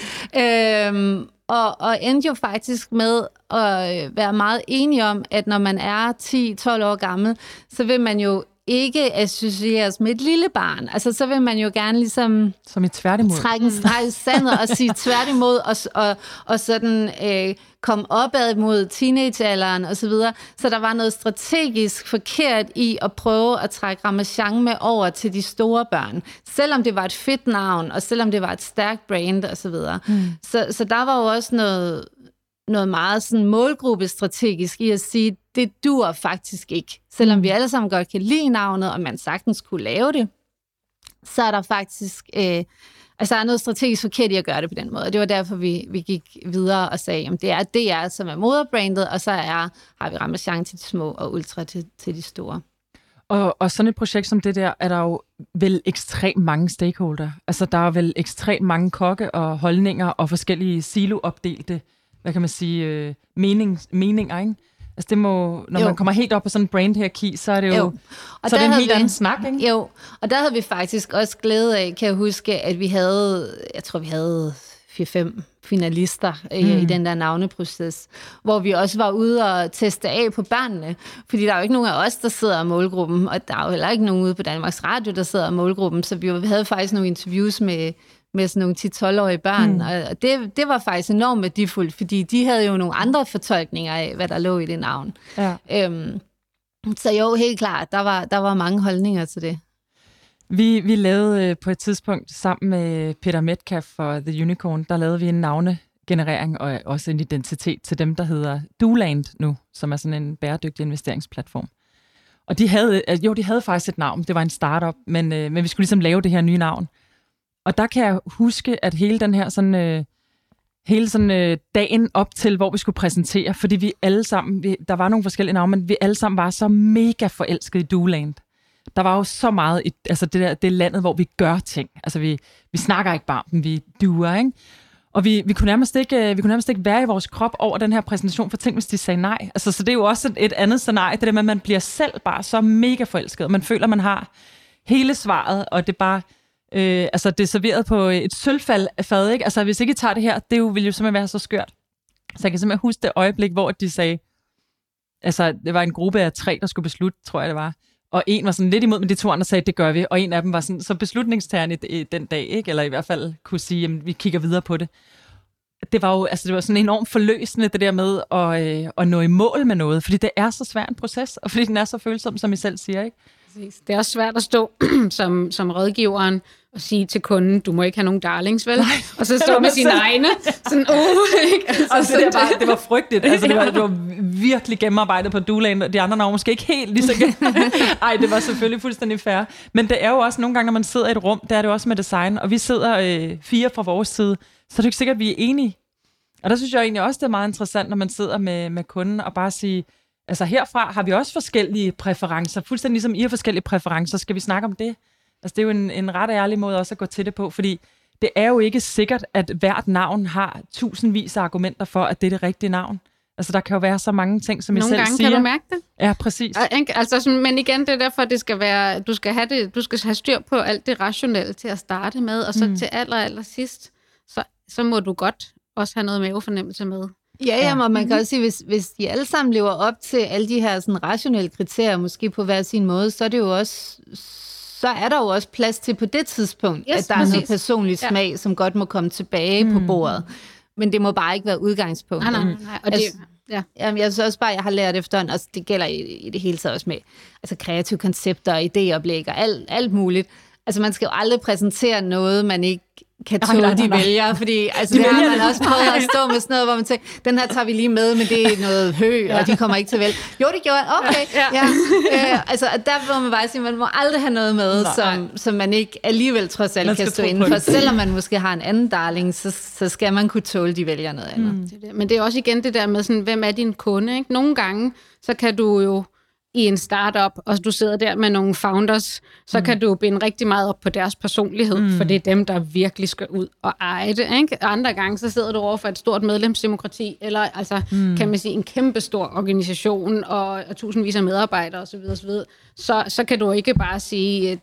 Og endte jo faktisk med at være meget enige om, at når man er 10-12 år gammel, så vil man jo ikke associeres med et lille barn. Altså, så vil man jo gerne ligesom som et tværtimod. Trække en streg i sandet og sige tværtimod, og sådan komme opad mod teenagealderen og så videre. Så der var noget strategisk forkert i at prøve at trække Ramasjang med over til de store børn. Selvom det var et fedt navn, og selvom det var et stærkt brand og så videre. Så der var jo også noget meget sådan målgruppestrategisk i at sige, det dur faktisk ikke. Selvom vi alle sammen godt kan lide navnet, og man sagtens kunne lave det, så er der faktisk der er noget strategisk forkert i at gøre det på den måde. Og det var derfor, vi gik videre og sagde, at det er DR, som er moderbrandet, og så har vi Ramasjang til de små og Ultra til de store. Og sådan et projekt som det der, er der jo vel ekstremt mange stakeholder. Altså, der er vel ekstremt mange kokke og holdninger og forskellige siloopdelte, hvad kan man sige, meninger, ikke? Altså det må, når man kommer helt op på sådan en brand-hierarki, så er det jo så er det en helt anden snak, ikke? Jo, og der havde vi faktisk også glæde af, kan jeg huske, at vi havde 4-5 finalister i den der navneproces, hvor vi også var ude og teste af på børnene, fordi der er jo ikke nogen af os, der sidder i målgruppen, og der er jo heller ikke nogen ude på Danmarks Radio, der sidder i målgruppen, så vi havde faktisk nogle interviews med sådan nogle 10-12-årige børn, og det var faktisk enormt værdifuldt, fordi de havde jo nogle andre fortolkninger af, hvad der lå i det navn. Ja. Så jo, helt klart, der var mange holdninger til det. Vi lavede på et tidspunkt sammen med Peter Metcalf for The Unicorn, der lavede vi en navnegenerering og også en identitet til dem, der hedder Doland nu, som er sådan en bæredygtig investeringsplatform. Og de havde faktisk et navn, det var en startup, men vi skulle ligesom lave det her nye navn. Og der kan jeg huske, at hele den her dagen op til, hvor vi skulle præsentere, fordi vi alle sammen, der var nogle forskellige navne, men vi alle sammen var så mega forelskede i Doland. Der var jo så meget i det landet, hvor vi gør ting. Altså vi snakker ikke bare om dem, vi duer, ikke? Og vi kunne nærmest ikke være i vores krop over den her præsentation, for tænk, hvis de sagde nej. Altså, så det er jo også et andet scenarie, det der med, at man bliver selv bare så mega forelsket, og man føler, at man har hele svaret, og det er bare det er serveret på et sølvfad, ikke? Altså, hvis ikke I tager det her, det vil jo simpelthen være så skørt. Så jeg kan simpelthen huske det øjeblik, hvor de sagde, altså, det var en gruppe af 3, der skulle beslutte, tror jeg det var. Og en var sådan lidt imod, men de 2 andre sagde, det gør vi. Og en af dem var sådan, så beslutningstagerne den dag, ikke? Eller i hvert fald kunne sige, jamen, vi kigger videre på det. Det var jo det var sådan enormt forløsende, det der med at nå i mål med noget. Fordi det er så svær en proces, og fordi den er så følsom, som I selv siger, ikke? Det er også svært at stå som rådgiveren og sige til kunden, du må ikke have nogen darlings, vel? Nej, og så stå med sine egne. Sådan, ikke? Altså, det var frygteligt. Altså, det var virkelig gennemarbejdet på Doland, og de andre navne måske ikke helt lige så Ej, det var selvfølgelig fuldstændig fair. Men det er jo også nogle gange, når man sidder i et rum, der er det også med design, og vi sidder 4 fra vores side, så er det ikke sikkert, at vi er enige. Og der synes jeg egentlig også, det er meget interessant, når man sidder med kunden og bare sige, altså herfra har vi også forskellige præferencer. Fuldstændig ligesom I har forskellige præferencer. Skal vi snakke om det? Altså det er jo en ret ærlig måde også at gå til det på, fordi det er jo ikke sikkert, at hvert navn har tusindvis af argumenter for, at det er det rigtige navn. Altså, der kan jo være så mange ting, som I selv siger. Nogle gange kan du mærke det. Ja, præcis. Altså, men igen, det er derfor, det skal være, du skal have styr på alt det rationelle til at starte med, og så til aller sidst, så må du godt også have noget mavefornemmelse med. Ja, og man kan også sige, hvis de alle sammen lever op til alle de her sådan rationelle kriterier, måske på hver sin måde, så er det jo også, så er der jo også plads til på det tidspunkt, at der er noget personlig smag, som godt må komme tilbage på bordet. Men det må bare ikke være udgangspunktet. Nej. Og det, Jamen, jeg synes også bare, jeg har lært efterhånden, og det gælder i det hele taget også med altså kreative koncepter og idéoplæg og alt muligt. Altså, man skal jo aldrig præsentere noget, man ikke kan tåle de vælgere, fordi altså, det har man også prøvet at stå med sådan noget, hvor man tænker, den her tager vi lige med, men det er noget hø, og de kommer ikke til vel. Jo, det gjorde jeg. Okay. Altså, der må man bare sige, man må aldrig have noget med, som man ikke alligevel trods alt kan stå inden for. Selvom man måske har en anden darling, så skal man kunne tåle de vælger noget andet. Men det er også igen det der med, sådan, hvem er din kunde? Ikke? Nogle gange, så kan du jo i en startup, og du sidder der med nogle founders, så kan du binde rigtig meget op på deres personlighed, for det er dem, der virkelig skal ud og eje det. Ikke? Andre gange, så sidder du over for et stort medlemsdemokrati, eller altså, kan man sige, en kæmpe stor organisation, og tusindvis af medarbejdere osv. Så kan du ikke bare sige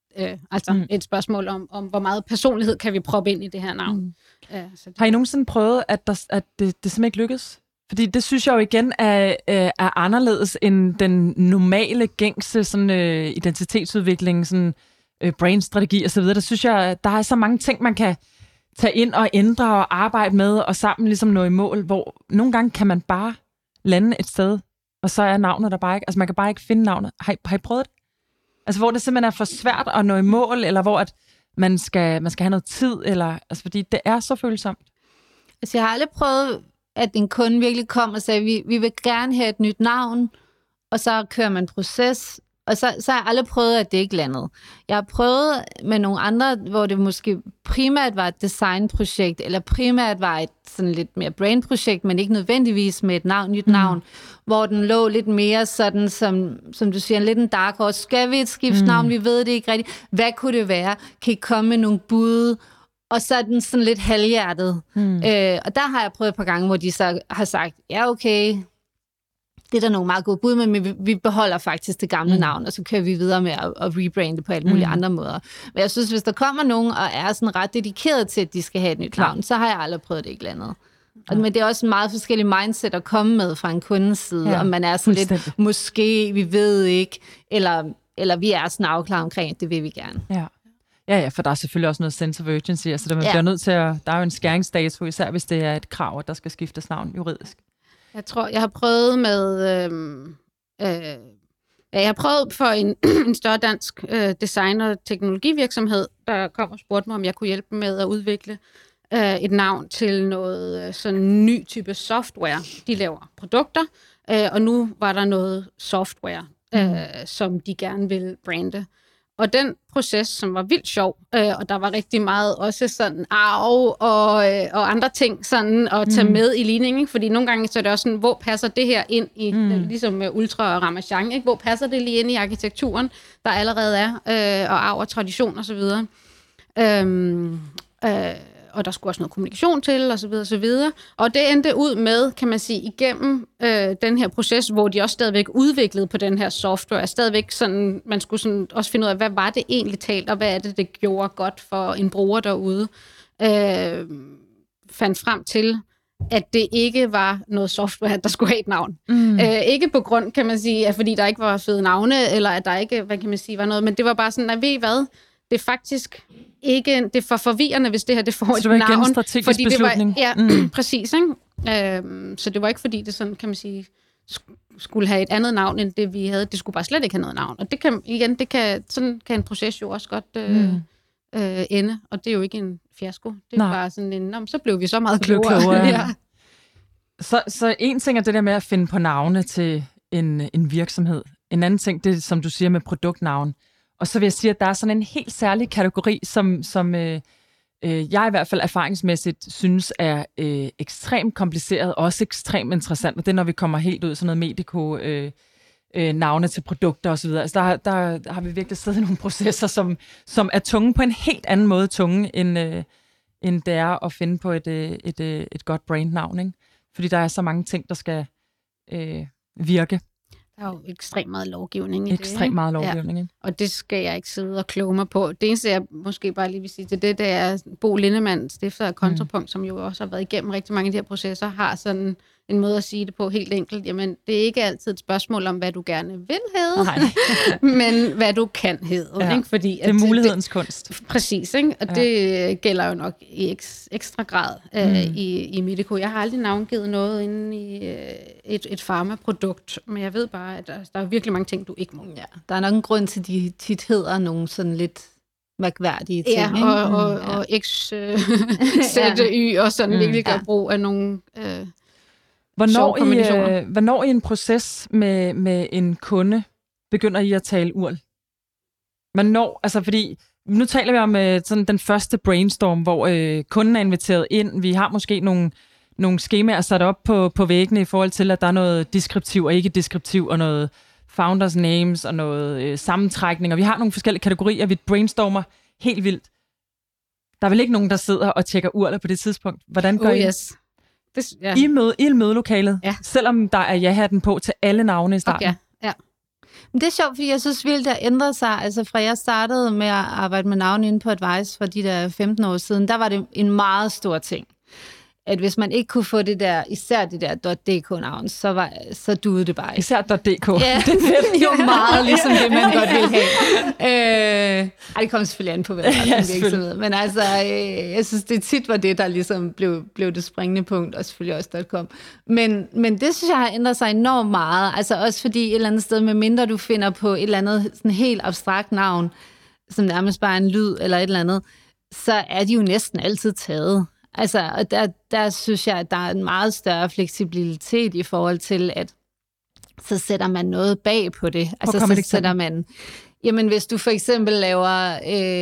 et spørgsmål om, hvor meget personlighed kan vi proppe ind i det her navn. Har I nogensinde prøvet, at det simpelthen ikke lykkes? Fordi det synes jeg jo igen er anderledes end den normale gængse sådan, identitetsudvikling, sådan, brainstrategi osv. Der synes jeg, der er så mange ting, man kan tage ind og ændre og arbejde med, og sammen ligesom nå i mål, hvor nogle gange kan man bare lande et sted, og så er navnet der bare ikke. Altså man kan bare ikke finde navnet. Har I prøvet det? Altså hvor det simpelthen er for svært at nå i mål, eller hvor at man skal have noget tid, eller, altså fordi det er så følsomt. Altså jeg har aldrig prøvet, at en kunde virkelig kom og sagde, vi vil gerne have et nyt navn, og så kører man en proces, og så har jeg aldrig prøvet, at det ikke landede. Jeg har prøvet med nogle andre, hvor det måske primært var et designprojekt, eller primært var et sådan lidt mere brainprojekt, men ikke nødvendigvis med et nyt navn, hvor den lå lidt mere sådan, som du siger, lidt en dark horse. Skal vi et skibsnavn? Vi ved det ikke rigtigt. Hvad kunne det være? Kan I komme med nogle bud? Og så er den sådan lidt halvhjertet. Og der har jeg prøvet et par gange, hvor de så har sagt, ja okay, det er der nogle meget gode bud, men vi beholder faktisk det gamle navn, og så kører vi videre med at rebrande på alle mulige andre måder. Men jeg synes, hvis der kommer nogen, og er sådan ret dedikeret til, at de skal have et nyt navn, så har jeg aldrig prøvet det ikke landet. Men det er også en meget forskellig mindset at komme med fra en kundes side, om man er sådan lidt, måske, vi ved ikke, eller vi er sådan afklaret omkring, at det vil vi gerne. Ja, for der er selvfølgelig også noget sense of urgency, altså man bliver nødt til at, der er jo en skæringsdato, især hvis det er et krav, at der skal skiftes navn juridisk. Jeg tror, jeg har prøvet med, jeg har prøvet for en større dansk design- og teknologivirksomhed, der kom og spurgte mig, om jeg kunne hjælpe med at udvikle et navn til noget sådan ny type software. De laver produkter, og nu var der noget software, som de gerne ville brande. Og den proces, som var vildt sjov, og der var rigtig meget også sådan og andre ting sådan at tage med i ligningen, fordi nogle gange så er det også sådan, hvor passer det her ind i, ligesom med Ultra og Ramachan, ikke? Hvor passer det lige ind i arkitekturen, der allerede er, og arv og tradition og så videre. Og der skulle også noget kommunikation til, og så videre, og så videre. Og det endte ud med, kan man sige, igennem den her proces, hvor de også stadigvæk udviklede på den her software, stadigvæk sådan, man skulle sådan også finde ud af, hvad var det egentlig talt, og hvad er det gjorde godt for en bruger derude. Fandt frem til, at det ikke var noget software, der skulle have et navn. Ikke på grund, kan man sige, at fordi der ikke var fede navne, eller at der ikke, hvad kan man sige, var noget, men det var bare sådan, at ved I hvad, det er faktisk ikke, det er for forvirrende, hvis det her, det får et navn. Så det var igen en strategisk beslutning. Præcis, ikke? Så det var ikke fordi, det sådan, kan man sige, skulle have et andet navn, end det vi havde. Det skulle bare slet ikke have noget navn. Og det kan, igen, sådan kan en proces jo også godt ende, og det er jo ikke en fiasko. Det er bare sådan en, så blev vi så meget klogere. Så en ting er det der med at finde på navne til en virksomhed. En anden ting, det er, som du siger, med produktnavn. Og så vil jeg sige, at der er sådan en helt særlig kategori, som jeg i hvert fald erfaringsmæssigt synes er ekstremt kompliceret, og også ekstremt interessant. Og det er, når vi kommer helt ud, sådan noget mediko, navne til produkter osv. Altså der har vi virkelig siddet i nogle processer, som er tunge på en helt anden måde end det er at finde på et godt brandnavn, ikke? fordi der er så mange ting, der skal virke. Der er jo ekstremt meget lovgivning i det. Ekstremt meget lovgivning, ikke? Og det skal jeg ikke sidde og kloge mig på. Det eneste, jeg måske bare lige vil sige til det er Bo Lindemann, stifter af Kontrapunkt, som jo også har været igennem rigtig mange af de her processer, har sådan en måde at sige det på helt enkelt. Jamen, det er ikke altid et spørgsmål om, hvad du gerne vil hedde, men hvad du kan hedde. Ja. Ikke? Fordi, det er mulighedens kunst. Præcis, ikke? Og det gælder jo nok i ekstra grad i Medico. Jeg har aldrig navngivet noget inde i et farmaprodukt, men jeg ved bare, at der er virkelig mange ting, du ikke må. Ja, der er nok en grund til, at de tit hedder nogle sådan lidt mærkværdige ting. Ja, og XZY og sådan virkelig gør brug af nogle Hvornår i en proces med en kunde begynder I at tale URL? Hvornår, altså fordi nu taler vi om sådan den første brainstorm, hvor kunden er inviteret ind. Vi har måske nogle skemaer sat op på væggene i forhold til, at der er noget deskriptiv og ikke deskriptiv, og noget founders names og noget sammentrækning. Og vi har nogle forskellige kategorier, vi brainstormer helt vildt. Der er vel ikke nogen, der sidder og tjekker URL'er på det tidspunkt. Hvordan gør I? Yes. I mødelokalet, selvom der er ja-hatten på til alle navne i starten. Okay. Ja. Men det er sjovt, fordi jeg synes vildt, der ændrede sig. Altså fra jeg startede med at arbejde med navne inde på Advice for de der 15 år siden, der var det en meget stor ting. At hvis man ikke kunne få det der, især det der .dk-navn, så duede det bare ikke. Især .dk. Ja, det er jo meget ligesom det, man godt vil have. Det kommer selvfølgelig an på, hvad der er virksomhed. Men altså, jeg synes, det tit var det, der ligesom blev det springende punkt, og selvfølgelig også .com. Men det synes jeg har ændret sig enormt meget. Altså også fordi et eller andet sted, med mindre du finder på et eller andet sådan helt abstrakt navn, som nærmest bare er en lyd eller et eller andet, så er de jo næsten altid taget. Altså, og der synes jeg, at der er en meget større fleksibilitet i forhold til, at så sætter man noget bag på det. Altså, så sætter man... Jamen, hvis du for eksempel laver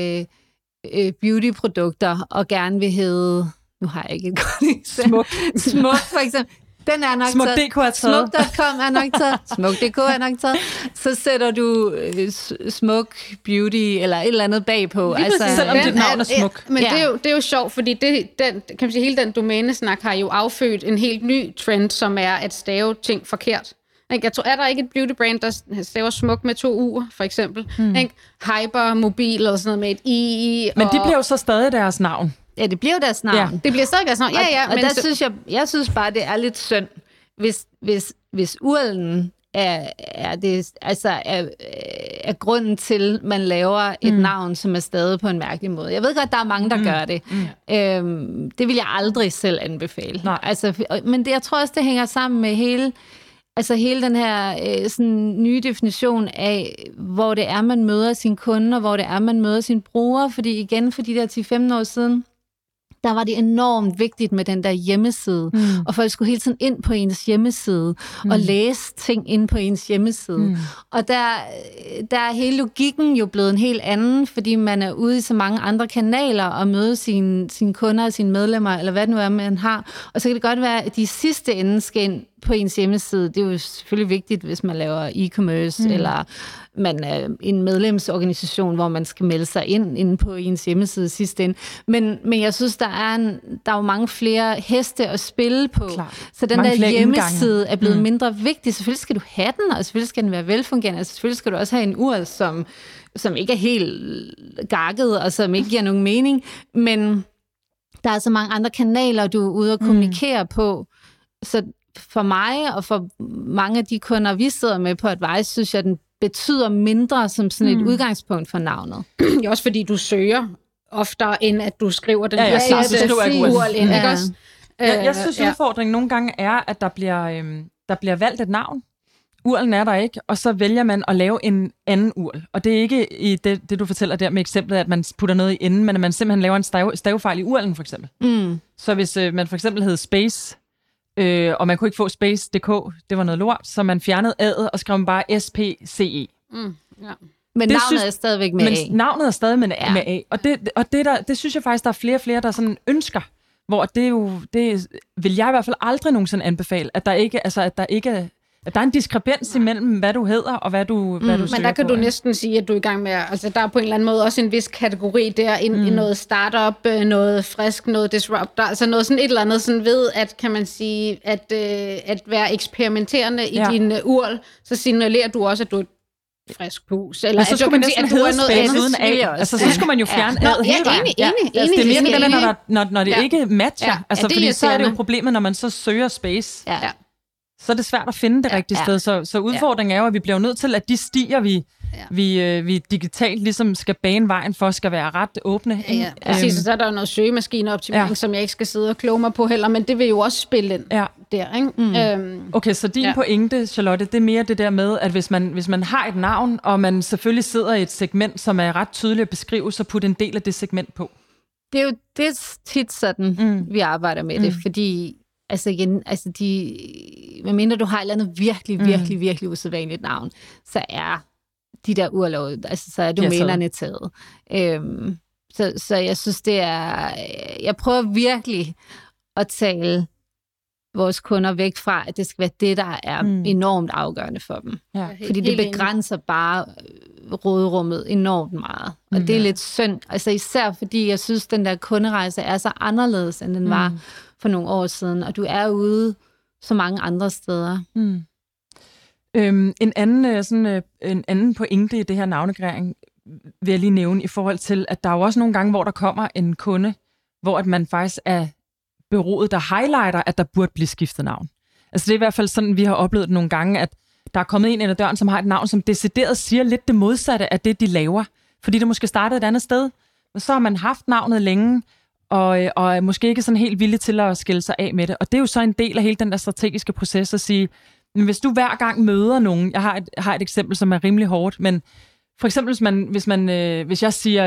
beautyprodukter og gerne vil hedde... Nu har jeg ikke et godt eksempel. Smuk, for eksempel. Den er nok taget. Smuk.dk er taget. Smuk.com er nok taget. Smuk.dk er nok taget. Så sætter du smuk beauty eller et eller andet bagpå. Altså, selvom dit navn er smuk. Men det er jo sjovt, fordi kan man sige, hele den domænesnak har jo affødt en helt ny trend, som er at stave ting forkert. Jeg tror, er der ikke et beauty brand, der staver smuk med 2 u'er, for eksempel? Hypermobil eller sådan noget med et i. Men de bliver jo så stadig deres navn. Ja, det bliver jo deres navn. Ja, det bliver stadig deres navn. Ja, og men der synes jeg synes bare, det er lidt synd, hvis URL'en er grunden til, man laver et navn, som er stadig på en mærkelig måde. Jeg ved godt, der er mange, der gør det. Det vil jeg aldrig selv anbefale. Altså, men jeg tror også, det hænger sammen med hele den her sådan nye definition af, hvor det er, man møder sin kunde, og hvor det er, man møder sin bruger. Fordi igen, for de der 10-15 år siden, der var det enormt vigtigt med den der hjemmeside. Og folk skulle hele tiden ind på ens hjemmeside og læse ting ind på ens hjemmeside. Og der er hele logikken jo blevet en helt anden, fordi man er ude i så mange andre kanaler og møder sine kunder og sine medlemmer, eller hvad det nu er, man har. Og så kan det godt være, at de sidste ende skal ind på ens hjemmeside. Det er jo selvfølgelig vigtigt, hvis man laver e-commerce, eller man er en medlemsorganisation, hvor man skal melde sig ind inde på ens hjemmeside sidste ende. Men jeg synes, der er jo mange flere heste at spille på. Klar. Så den mange der hjemmeside er blevet mindre vigtig. Selvfølgelig skal du have den, og selvfølgelig skal den være velfungerende. Altså, selvfølgelig skal du også have en URL, som ikke er helt gakket, og som ikke giver nogen mening. Men der er så mange andre kanaler, du er ude at kommunikere på. Så for mig og for mange af de kunder, vi sidder med på Advice, synes jeg, den betyder mindre som sådan et udgangspunkt for navnet. Det er også fordi, du søger oftere, end at du skriver den sidste URL ind. Ikke også? Jeg synes, udfordringen nogle gange er, at der bliver valgt et navn. URL'en er der ikke, og så vælger man at lave en anden URL. Og det er ikke i det, du fortæller der med eksemplet, at man putter noget i enden, men at man simpelthen laver en stavefejl i URL'en, for eksempel. Så hvis man for eksempel hed Space, og man kunne ikke få Space.dk, det var noget lort, så man fjernede A'et og skrev bare SPCE. Men navnet er stadigvæk med A. Men navnet er stadig med A. Og det synes jeg faktisk, der er flere og flere, der sådan ønsker, hvor det vil jeg i hvert fald aldrig nogensinde anbefale, at der ikke Der er en diskrepans imellem, hvad du hedder, og hvad du søger men der kan på, du næsten sige, at du er i gang med, altså der er på en eller anden måde også en vis kategori der, i noget startup, noget frisk, noget disruptor, altså noget sådan et eller andet, sådan ved, at kan man sige, at være eksperimenterende i din url, så signalerer du også, at du er frisk hus. Eller så skulle man sige, at du er noget andet uden af. Altså, så skulle man jo fjerne ad hele vejen. Enig. Det er mere det der, når det ikke matcher. Ja. Altså, fordi så er det jo problemet, når man så søger space. Ja. Så er det svært at finde det rigtige sted. Så udfordringen er jo, at vi bliver nødt til, at de stier, vi digitalt ligesom skal bane vejen for, skal være ret åbne. Ja. Præcis, så er der jo noget søgemaskineoptimering, som jeg ikke skal sidde og kloge mig på heller, men det vil jo også spille ind der. Ikke? Okay, så din pointe, Charlotte, det er mere det der med, at hvis man har et navn, og man selvfølgelig sidder i et segment, som er ret tydeligt at beskrive, så putte en del af det segment på. Det er tit sådan, vi arbejder med det, fordi medmindre du har et eller andet virkelig, virkelig usædvanligt navn, så er de der urlov, altså så er domænerne taget. Så jeg synes, jeg prøver virkelig at tale vores kunder væk fra, at det skal være det, der er enormt afgørende for dem. Ja. Fordi det begrænser bare råderummet enormt meget. Og det er lidt synd. Altså især fordi jeg synes, den der kunderejse er så anderledes, end den var for nogle år siden. Og du er ude så mange andre steder. En anden pointe i det her navnegrering vil jeg lige nævne i forhold til, at der er jo også nogle gange, hvor der kommer en kunde, hvor at man faktisk er bureauet, der highlighter, at der burde blive skiftet navn. Altså det er i hvert fald sådan, vi har oplevet det nogle gange, at der er kommet en ind ad døren, som har et navn, som decideret siger lidt det modsatte af det, de laver. Fordi det måske startede et andet sted, men så har man haft navnet længe, og er måske ikke sådan helt villig til at skille sig af med det. Og det er jo så en del af hele den der strategiske proces at sige, men hvis du hver gang møder nogen, jeg har et eksempel, som er rimelig hårdt, men for eksempel, hvis jeg siger,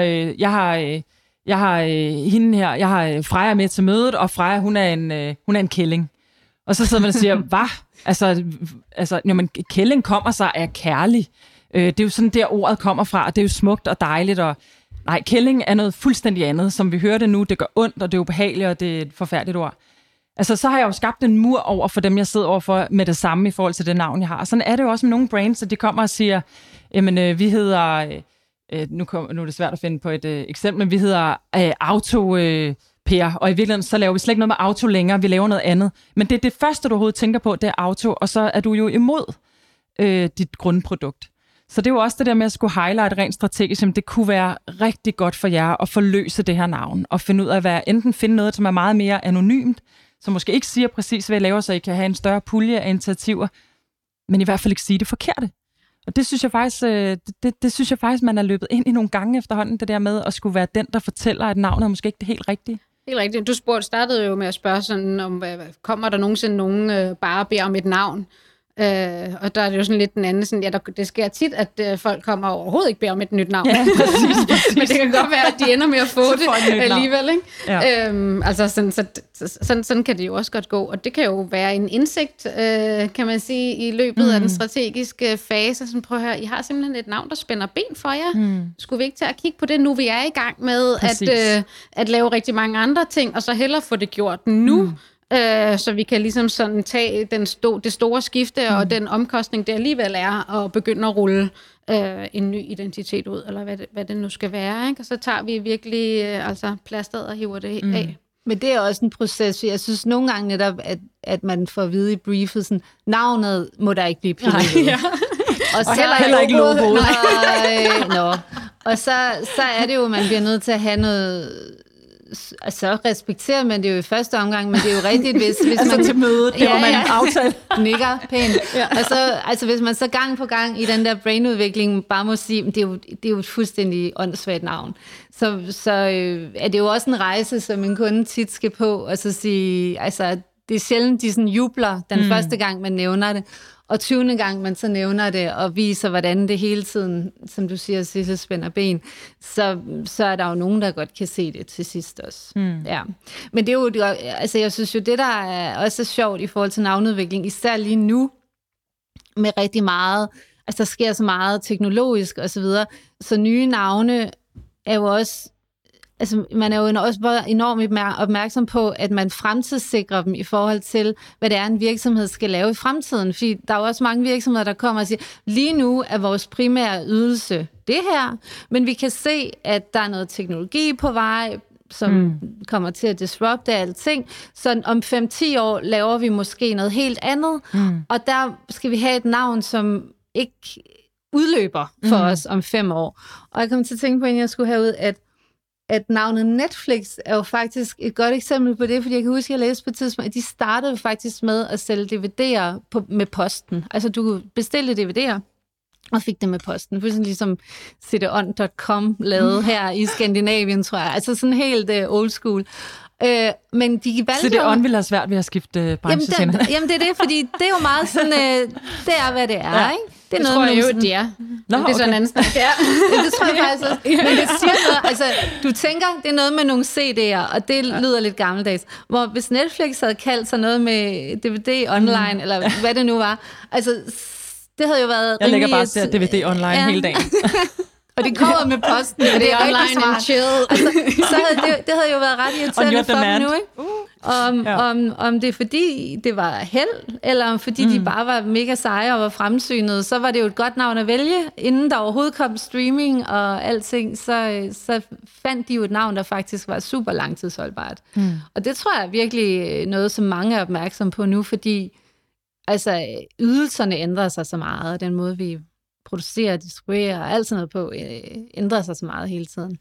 jeg har hende her, jeg har Freja med til mødet, og Freja, hun er en kælling. Og så sidder man og siger, hvad? Altså, når man kælling kommer sig af kærlig. Det er jo sådan, der ordet kommer fra, og det er jo smukt og dejligt, og nej, kælling er noget fuldstændig andet, som vi hører det nu, det gør ondt, og det er ubehageligt, og det er et forfærdeligt ord. Altså, så har jeg jo skabt en mur over for dem, jeg sidder overfor med det samme i forhold til det navn, jeg har. Og sådan er det jo også med nogle brands, at de kommer og siger, jamen, vi hedder, nu er det svært at finde på et eksempel, men vi hedder Per, og i virkeligheden, så laver vi slet ikke noget med auto længere, vi laver noget andet. Men det er det første, du overhovedet tænker på, det er auto, og så er du jo imod dit grundprodukt. Så det er jo også det der med at skulle highlight rent strategisk, jamen det kunne være rigtig godt for jer at forløse det her navn, og finde ud af enten finde noget, som er meget mere anonymt, som måske ikke siger præcis, hvad I laver, så I kan have en større pulje af initiativer, men i hvert fald ikke sige det forkerte. Og det synes jeg faktisk, man er løbet ind i nogle gange efterhånden, det der med at skulle være den, der fortæller, at navnet er måske ikke det helt rigtige. Helt rigtigt. Du startede jo med at spørge sådan, om kommer der nogensinde nogen bare beder om et navn? Og der er det jo sådan lidt den anden, sådan, det sker tit, at folk kommer overhovedet ikke beder om et nyt navn. Ja, præcis. Men det kan godt være, at de ender med at få det alligevel. Ikke? Ja. Sådan kan det jo også godt gå. Og det kan jo være en indsigt, kan man sige, i løbet af den strategiske fase. Sådan, prøv at høre, I har simpelthen et navn, der spænder ben for jer. Skulle vi ikke til at kigge på det nu? Vi er i gang med at lave rigtig mange andre ting, og så hellere få det gjort nu. Så vi kan ligesom sådan tage det store skifte og den omkostning, det alligevel er, og begynde at rulle en ny identitet ud, eller hvad det nu skal være. Ikke? Og så tager vi virkelig plasteret og hiver det af. Men det er også en proces. Jeg synes nogle gange netop, at man får at vide i briefet, sådan, navnet må der ikke blive pillet. Ja. Og heller ikke logoet. Og så er det jo, man bliver nødt til at have noget. Altså respekterer man det jo i første omgang, men det er jo rigtigt, hvis altså man til mødet, det var man aftalt. Nikker pænt. Ja. Og så, altså hvis man så gang på gang i den der brainudvikling bare må sige, det er jo et fuldstændig åndssvagt navn. Så er det jo også en rejse, som en kunde tit skal på, og så sige, altså det er sjældent, de sådan jubler den første gang, man nævner det. Og 20. gang, man så nævner det, og viser, hvordan det hele tiden, som du siger, Sissel, spænder ben, så er der jo nogen, der godt kan se det til sidst også. Ja. Men det er jo, altså jeg synes jo, det der er også sjovt i forhold til navnudvikling, især lige nu, med rigtig meget, altså der sker så meget teknologisk og så videre, så nye navne er jo også altså, man er jo også enormt opmærksom på, at man fremtidssikrer dem i forhold til, hvad det er, en virksomhed skal lave i fremtiden. Fordi der er jo også mange virksomheder, der kommer og siger, lige nu er vores primære ydelse det her, men vi kan se, at der er noget teknologi på vej, som kommer til at disrupte alting. Så om 5-10 år laver vi måske noget helt andet, og der skal vi have et navn, som ikke udløber for os om 5 år. Og jeg kom til at tænke på, inden jeg skulle herud, at navnet Netflix er jo faktisk et godt eksempel på det, fordi jeg kan huske, at jeg læste på et tidspunkt, at de startede faktisk med at sælge DVD'er med posten. Altså, du kunne bestille DVD'er og fik det med posten. Fuldstændig ligesom cdon.com lavede her i Skandinavien, tror jeg. Altså sådan helt old school. Men de valgte CD-ON ville have svært ved at skifte branchesender. Jamen det er det, fordi det er jo meget sådan, det er, hvad det er, ja. ikke? Det tror jeg jo, det er. Nå, det er sådan en anden snak. Ja, det tror jeg faktisk også. Men det siger noget, altså, du tænker, det er noget med nogle CD'er, og det lyder lidt gammeldags. Hvor hvis Netflix havde kaldt sig noget med DVD online, eller hvad det nu var, altså, det havde jo været jeg lægger bare til DVD online hele dagen. Og det kommer med posten, og det er online and chill. Altså, så havde det havde jo været ret irriterende for dem nu, ikke? Om det er fordi, det var held, eller om fordi de bare var mega seje og var fremsynede, så var det jo et godt navn at vælge. Inden der overhovedet kom streaming og alting, så fandt de jo et navn, der faktisk var super langtidsholdbart. Og det tror jeg er virkelig noget, som mange er opmærksom på nu, fordi altså, ydelserne ændrer sig så meget, og den måde, vi producerer, distribuerer og alt sådan noget på, ændrer sig så meget hele tiden.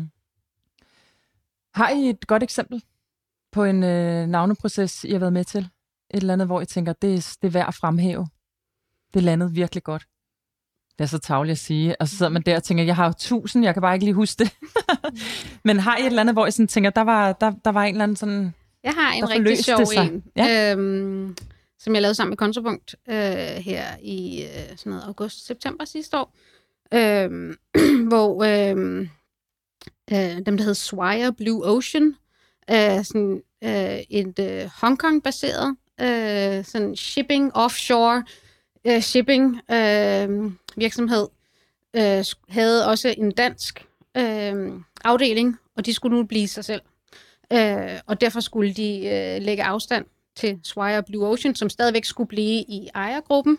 Har I et godt eksempel på en navneproces, I har været med til? Et eller andet, hvor I tænker, det er værd at fremhæve. Det landede virkelig godt. Det er så tarveligt at sige. Og så sidder man der og tænker, jeg har jo 1000, jeg kan bare ikke lige huske det. Men har I et eller andet, hvor I sådan tænker, der var en eller anden sådan... Jeg har en rigtig sjov en. Ja. Som jeg lavede sammen med Kontrapunkt her i sådan noget august-september sidste år, hvor dem, der hed Swire Blue Ocean, sådan et Hongkong-baseret sådan shipping, offshore shipping virksomhed, havde også en dansk afdeling, og de skulle nu blive sig selv. Og derfor skulle de lægge afstand til Swire Blue Ocean, som stadigvæk skulle blive i ejergruppen,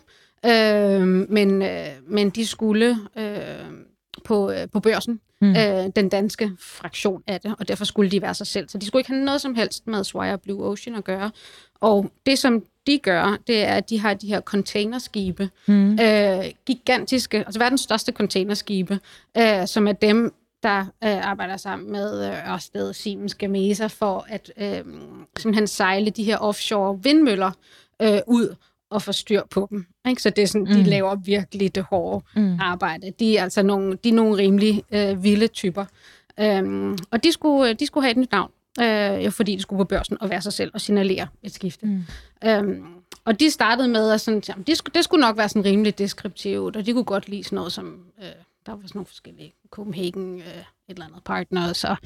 men de skulle på børsen, den danske fraktion af det, og derfor skulle de være sig selv. Så de skulle ikke have noget som helst med Swire Blue Ocean at gøre. Og det, som de gør, det er, at de har de her containerskibe, gigantiske, altså verdens største containerskibe, som er dem, der arbejder sammen med Ørsted, Siemens, Gamesa for at simpelthen sejle de her offshore vindmøller ud og få styr på dem. Ikke? Så det er sådan, de laver virkelig det hårde arbejde. De er altså nogle rimelig vilde typer. Og de skulle have et nyt navn, fordi de skulle på børsen og være sig selv og signalere et skifte. Og de startede med at sådan, det skulle nok være sådan rimelig deskriptivt, og de kunne godt lide sådan noget som... der var sådan nogle forskellige Copenhagen, et eller andet partners. Og,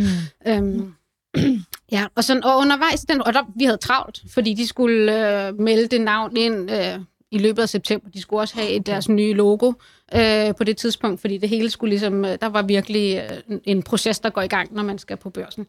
ja, og, sådan, og undervejs, vi havde travlt, fordi de skulle melde det navn ind i løbet af september. De skulle også have deres nye logo på det tidspunkt, fordi det hele skulle ligesom, der var virkelig en proces, der går i gang, når man skal på børsen.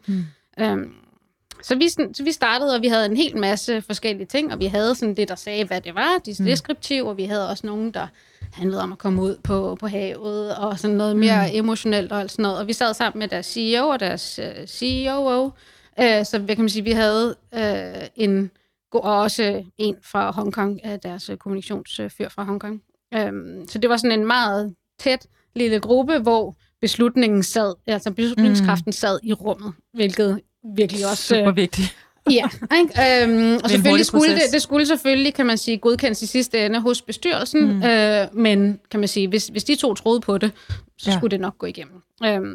Så vi startede, og vi havde en hel masse forskellige ting, og vi havde sådan det, der sagde, hvad det var, de deskriptiv, og vi havde også nogen, der handlede om at komme ud på havet, og sådan noget mere emotionelt og alt sådan noget. Og vi sad sammen med deres CEO og deres COO, så hvad kan man sige, vi havde og også en fra Hongkong, deres kommunikationsfører fra Hongkong. Så det var sådan en meget tæt lille gruppe, hvor beslutningskraften sad i rummet, hvilket virkelig også... Super vigtigt. Ja, ikke? Og selvfølgelig skulle selvfølgelig, kan man sige, godkendes i sidste ende hos bestyrelsen, men kan man sige, hvis de to troede på det, så skulle det nok gå igennem.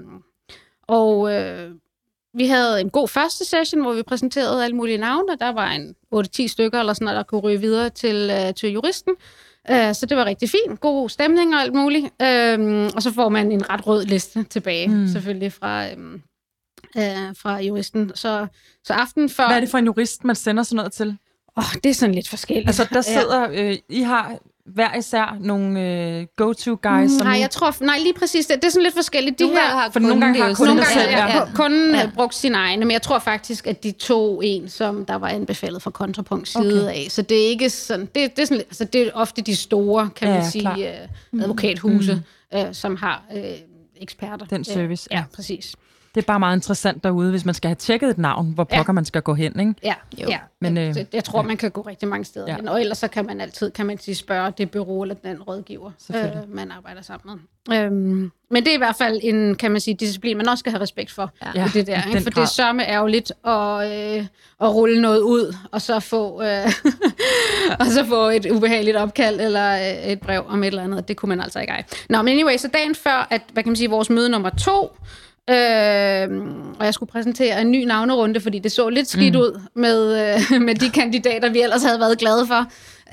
Vi havde en god første session, hvor vi præsenterede alle mulige navne, og der var en 8-10 stykker, eller sådan, der kunne ryge videre til juristen. Så det var rigtig fint. God stemning og alt muligt. Og så får man en ret rød liste tilbage, selvfølgelig fra juristen. Så aftenen før... Hvad er det for en jurist, man sender sådan noget til? Det er sådan lidt forskelligt. Altså, der sidder... I har hver især nogle go-to guys? Nej, lige præcis. Det er sådan lidt forskelligt. Nogle gange har kunden brugt sine egne, men jeg tror faktisk, at de tog en, som der var anbefalet fra Kontrapunkt side af. Så det er ikke sådan... Det er sådan, altså det er ofte de store, kan man sige, advokathuse, som har eksperter. Den service. Ja, præcis. Det er bare meget interessant derude, hvis man skal have tjekket et navn, hvor pokker man skal gå hen, ikke? Ja. Men, jeg tror, man kan gå rigtig mange steder hen, og ellers så kan man altid spørge det bureau eller den rådgiver, man arbejder sammen med. Men det er i hvert fald en, kan man sige, disciplin, man også skal have respekt for det der, ikke? For det er sørme ærgerligt at rulle noget ud, og så få et ubehageligt opkald eller et brev om et eller andet. Det kunne man altså ikke eje. Nå, men anyway, så dagen før, at, hvad kan man sige, vores møde nummer 2, og jeg skulle præsentere en ny navnerunde, fordi det så lidt skidt ud med de kandidater, vi ellers havde været glade for.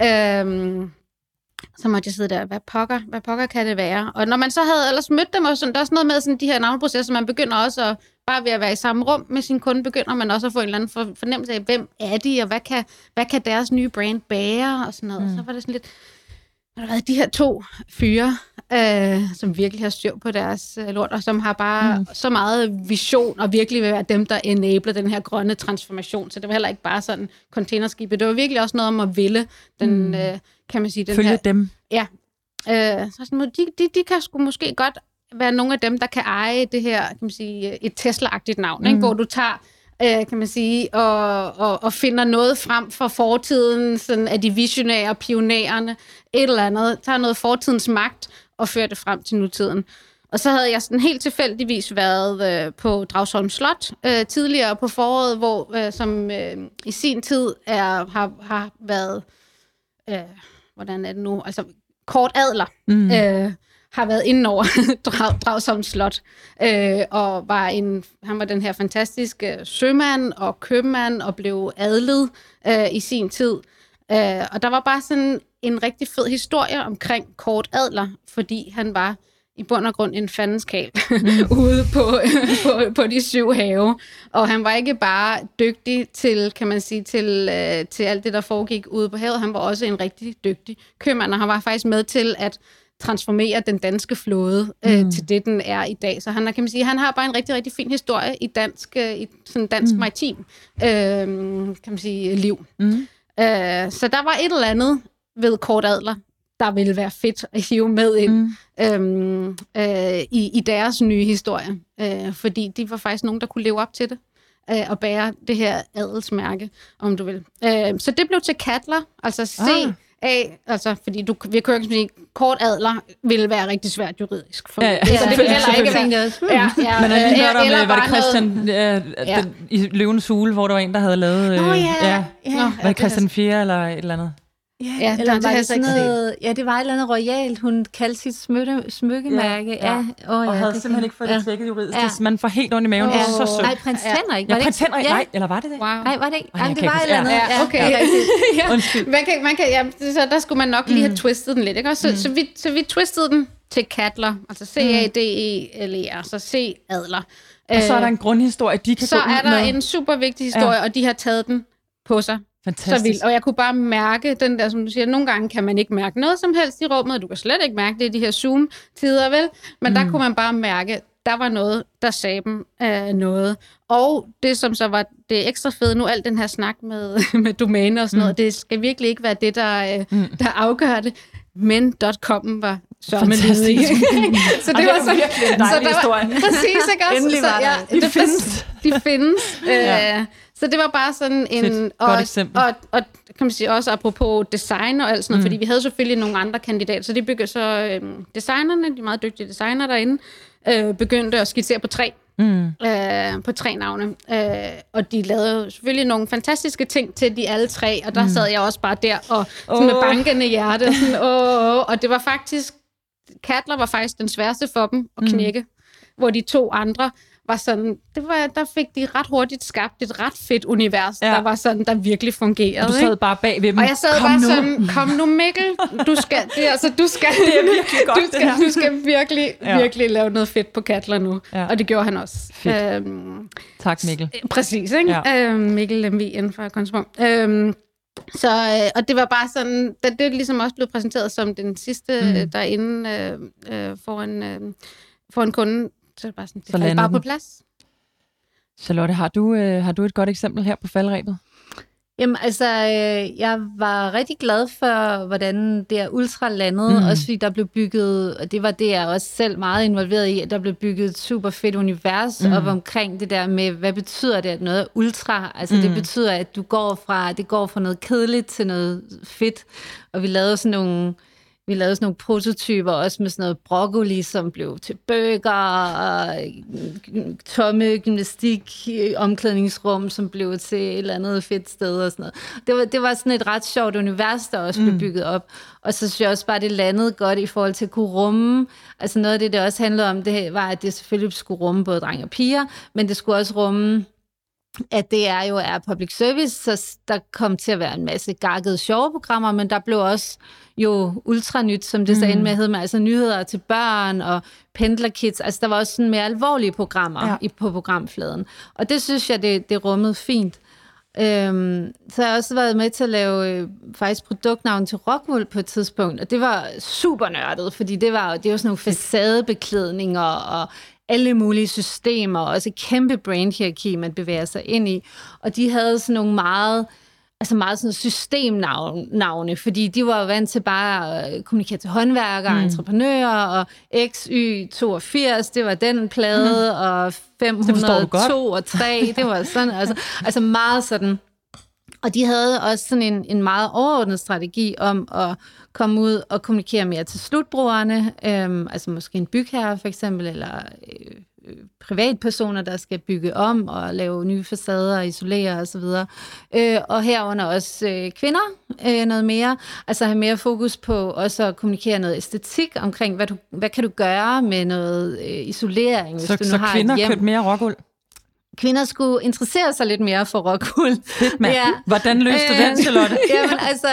Så måtte jeg sidde der, hvad pokker kan det være? Og når man så havde ellers mødt dem, og sådan, der er sådan noget med sådan, de her navneprocesser, man begynder også at, bare ved at være i samme rum med sin kunde, begynder man også at få en eller anden fornemmelse af, hvem er de, og hvad kan deres nye brand bære, og sådan noget. Så var det sådan lidt... Der har været de her 2 fyre, som virkelig har styr på deres lort, og som har bare så meget vision, og virkelig vil være dem, der enabler den her grønne transformation. Så det var heller ikke bare sådan containerskibet. Det var virkelig også noget om at ville den, kan man sige, den følge her... dem. Ja. Så sådan, de kan sgu måske godt være nogle af dem, der kan eje det her, kan man sige, et Tesla-agtigt navn, ikke? Hvor du tager... kan man sige, og finder noget frem fra fortiden, sådan af de visionære pionererne, et eller andet, tager noget fortidens magt og fører det frem til nutiden. Og så havde jeg sådan helt tilfældigvis været på Dragsholm Slot tidligere på foråret, hvor som i sin tid har været, hvordan er det nu, altså Kort Adler, har været inde over Dragsholm Slot, og han var den her fantastiske sømand og købmand, og blev adlet i sin tid. Og der var bare sådan en rigtig fed historie omkring Kort Adler, fordi han var i bund og grund en fandenskab ude på de 7 have. Og han var ikke bare dygtig til, kan man sige, til alt det, der foregik ude på havet. Han var også en rigtig dygtig købmand, og han var faktisk med til at transformere den danske flåde til det, den er i dag. Så han, kan man sige, han har bare en rigtig, rigtig fin historie i sådan dansk maritim, kan man sige, liv. Så der var et eller andet ved Kort Adler, der ville være fedt at hive med ind i deres nye historie. Fordi de var faktisk nogen, der kunne leve op til det og bære det her adelsmærke, om du vil. Så det blev til Cattler, altså altså, fordi vi kan jo ikke sige, Kort Adler ville være rigtig svært juridisk. For ja. Så det ville heller ikke være... Men jeg lige hørt om, var det Christian i Løvens Hule, hvor der var en, der havde lavet... var det Christian 4 eller et eller andet? Ja, eller var det sådan noget... Ja, det var et eller andet royalt, hun kaldte sit smykkemærke. Og havde simpelthen ikke fået det tjekket juridisk. Man får helt ondt i maven. Det er så sødt. Nej, prins Henrik. Ja, prins Henrik. Nej, eller var det det? Wow. Nej, var det ikke? Jamen, det var et eller andet. Ja, okay. Undskyld. Så der skulle man nok lige have twistet den lidt, ikke? Så vi twistede den til Cattler, altså C-A-D-E-L-E-R, så C-Adler. Og så er der en grundhistorie, de kan så er der en super vigtig historie, og de har taget den på sig. Fantastisk. Så vildt. Og jeg kunne bare mærke den der, som du siger, nogle gange kan man ikke mærke noget som helst i rummet, du kan slet ikke mærke det i de her Zoom-tider, vel? Men der kunne man bare mærke, der var noget, der sagde dem noget. Og det, som så var det ekstra fede nu, al den her snak med domæne og sådan noget, det skal virkelig ikke være det, der afgør det. Men .com var så fantastisk. Så det var så virkelig en dejlig historie. Præcis, ikke også? Endelig var så, de findes. De findes. Så det var bare sådan en... Og kan man sige, også apropos design og alt sådan noget, fordi vi havde selvfølgelig nogle andre kandidater, så de begyndte så designerne, de meget dygtige designer derinde, begyndte at skitsere på 3. På 3 navne. Og de lavede selvfølgelig nogle fantastiske ting til de alle 3, og der sad jeg også bare der og sådan med bankende hjerte. Sådan, og det var faktisk... Cattler var faktisk den sværeste for dem at knække, hvor de 2 andre var sådan, der fik de ret hurtigt skabt et ret fedt univers, der var sådan, der virkelig fungerede. Og du sad bare bag ved dem. Og jeg sad bare sådan, kom nu Mikkel, du skal det er virkelig godt, du skal virkelig lave noget fedt på Cattler nu. Ja. Og det gjorde han også. Tak Mikkel. Præcis, ikke? Ja. Mikkel MV inden for Kontrapunkt. Så, og det var bare sådan, da det ligesom også blev præsenteret som den sidste derinde foran kunden, så det bare sådan, det faldt bare på plads. Charlotte, har du et godt eksempel her på faldrebet? Jamen altså, jeg var rigtig glad for, hvordan det er ultra landede, også fordi der blev bygget, og det var det, jeg også selv meget involveret i, at der blev bygget et super fedt univers op omkring det der med, hvad betyder det, at noget er ultra? Altså det betyder, at det går fra noget kedeligt til noget fedt, og vi lavede sådan nogle prototyper, også med sådan noget broccoli, som blev til burger, og tomme gymnastik, omklædningsrum, som blev til et eller andet fedt sted og sådan noget. Det var sådan et ret sjovt univers, der også blev bygget op. Og så synes jeg også bare, det landede godt i forhold til at kunne rumme. Altså noget af det også handlede om, det var, at det selvfølgelig skulle rumme både drenge og piger, men det skulle også rumme, at det er public service, så der kom til at være en masse gakkede sjove programmer, men der blev også jo ultranyt, som det så endte med at hedde, med, altså nyheder til børn og pendlerkids. Altså der var også sådan mere alvorlige programmer på programfladen. Og det synes jeg, det rummede fint. Så har jeg også været med til at lave faktisk produktnavn til Rockwool på et tidspunkt, og det var super nørdet, fordi det var sådan nogle facadebeklædninger og alle mulige systemer, og også et kæmpe brandhierarki, man bevæger sig ind i. Og de havde sådan nogle meget sådan systemnavne, fordi de var jo vant til bare at kommunikere til håndværkere, entreprenører, og XY82, det var den plade, og 502 og 3, det var sådan, altså meget sådan. Og de havde også sådan en meget overordnet strategi om at komme ud og kommunikere mere til slutbrugerne, altså måske en bygherre for eksempel, eller privatpersoner, der skal bygge om og lave nye facader og isolere osv. Og herunder også kvinder noget mere. Altså have mere fokus på også at kommunikere noget æstetik omkring, hvad kan du gøre med noget isolering, hvis du nu har et hjem. Så kvinder købte mere Rockwool? Kvinder skulle interessere sig lidt mere for Rockwool. Fedt, mand. Ja. Hvordan løste du den, Charlotte? Jamen, altså...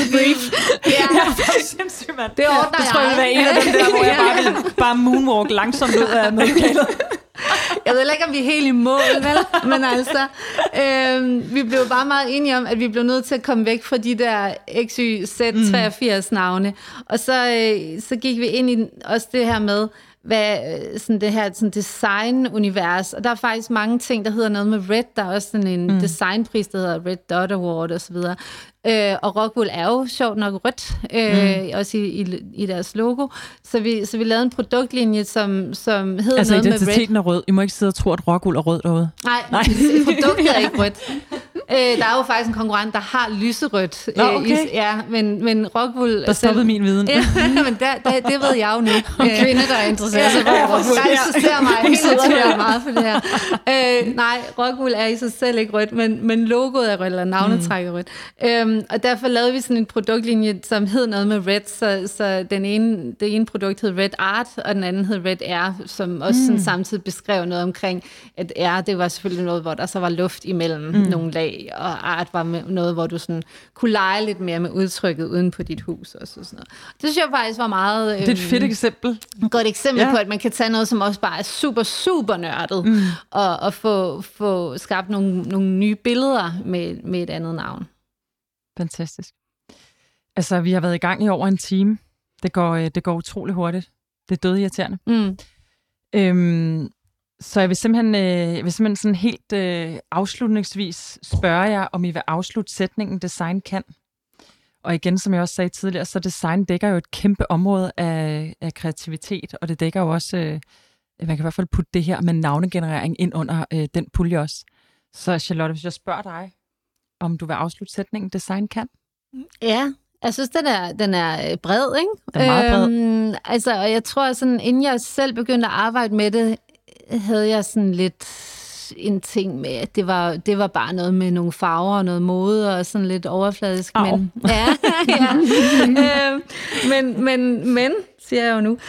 sindssygt, mand. Det ordner jeg. Det tror jeg, det en af dem der, hvor jeg bare moonwalk langsomt ud af mødelokalet. Jeg ved ikke, om vi er helt i mål, vel? Men altså, vi blev bare meget enige om, at vi blev nødt til at komme væk fra de der XYZ83-navne. Og så gik vi ind i også det her med, hvad sådan det her sådan design-univers. Og der er faktisk mange ting, der hedder noget med Red. Der er også sådan en designpris, der hedder Red Dot Award osv. Og Rockwool er jo sjovt nok rødt, også i deres logo. Så vi lavede en produktlinje, som hed altså noget med Red. Altså identiteten er rød. I må ikke sidde og tro, at Rockwool er rød derude. Nej. Produktet er ikke rødt. Der er jo faktisk en konkurrent, der har lyserødt. Men Rockwool... Der stoppede min viden. Ja, men det ved jeg jo nu. Kvinder, der interesserer sig for Rockwool. Jeg interesserer mig helt meget for det her. Nej, Rockwool er i sig selv ikke rødt, men logoet er rødt, eller navnetræk er rødt. Og derfor lavede vi sådan en produktlinje, som hed noget med Red, så det ene produkt hed Red Art, og den anden hed Red Air, som også sådan samtidig beskrev noget omkring, at Air, det var selvfølgelig noget, hvor der så var luft imellem nogle lag, og Art var noget, hvor du sådan kunne lege lidt mere med udtrykket uden på dit hus og sådan noget. Det synes jeg faktisk var meget... det er et fedt eksempel. Et godt eksempel på, at man kan tage noget, som også bare er super, super nørdet, og få skabt nogle nye billeder med et andet navn. Fantastisk. Altså, vi har været i gang i over en time. Det går utrolig hurtigt. Det er dødirriterende. Så jeg vil simpelthen sådan helt afslutningsvis spørge jer, om I vil afslutte sætningen design kan. Og igen, som jeg også sagde tidligere, så design dækker jo et kæmpe område af kreativitet, og det dækker jo også, man kan i hvert fald putte det her med navnegenerering ind under den pulje også. Så Charlotte, hvis jeg spørger dig, om du vil afslutte sætningen design kan? Ja, jeg synes, den er bred, ikke? Den er meget bred. Og jeg tror, sådan, inden jeg selv begyndte at arbejde med det, havde jeg sådan lidt en ting med, at det var bare noget med nogle farver og noget mode og sådan lidt overfladisk. Men, men, siger jeg jo nu.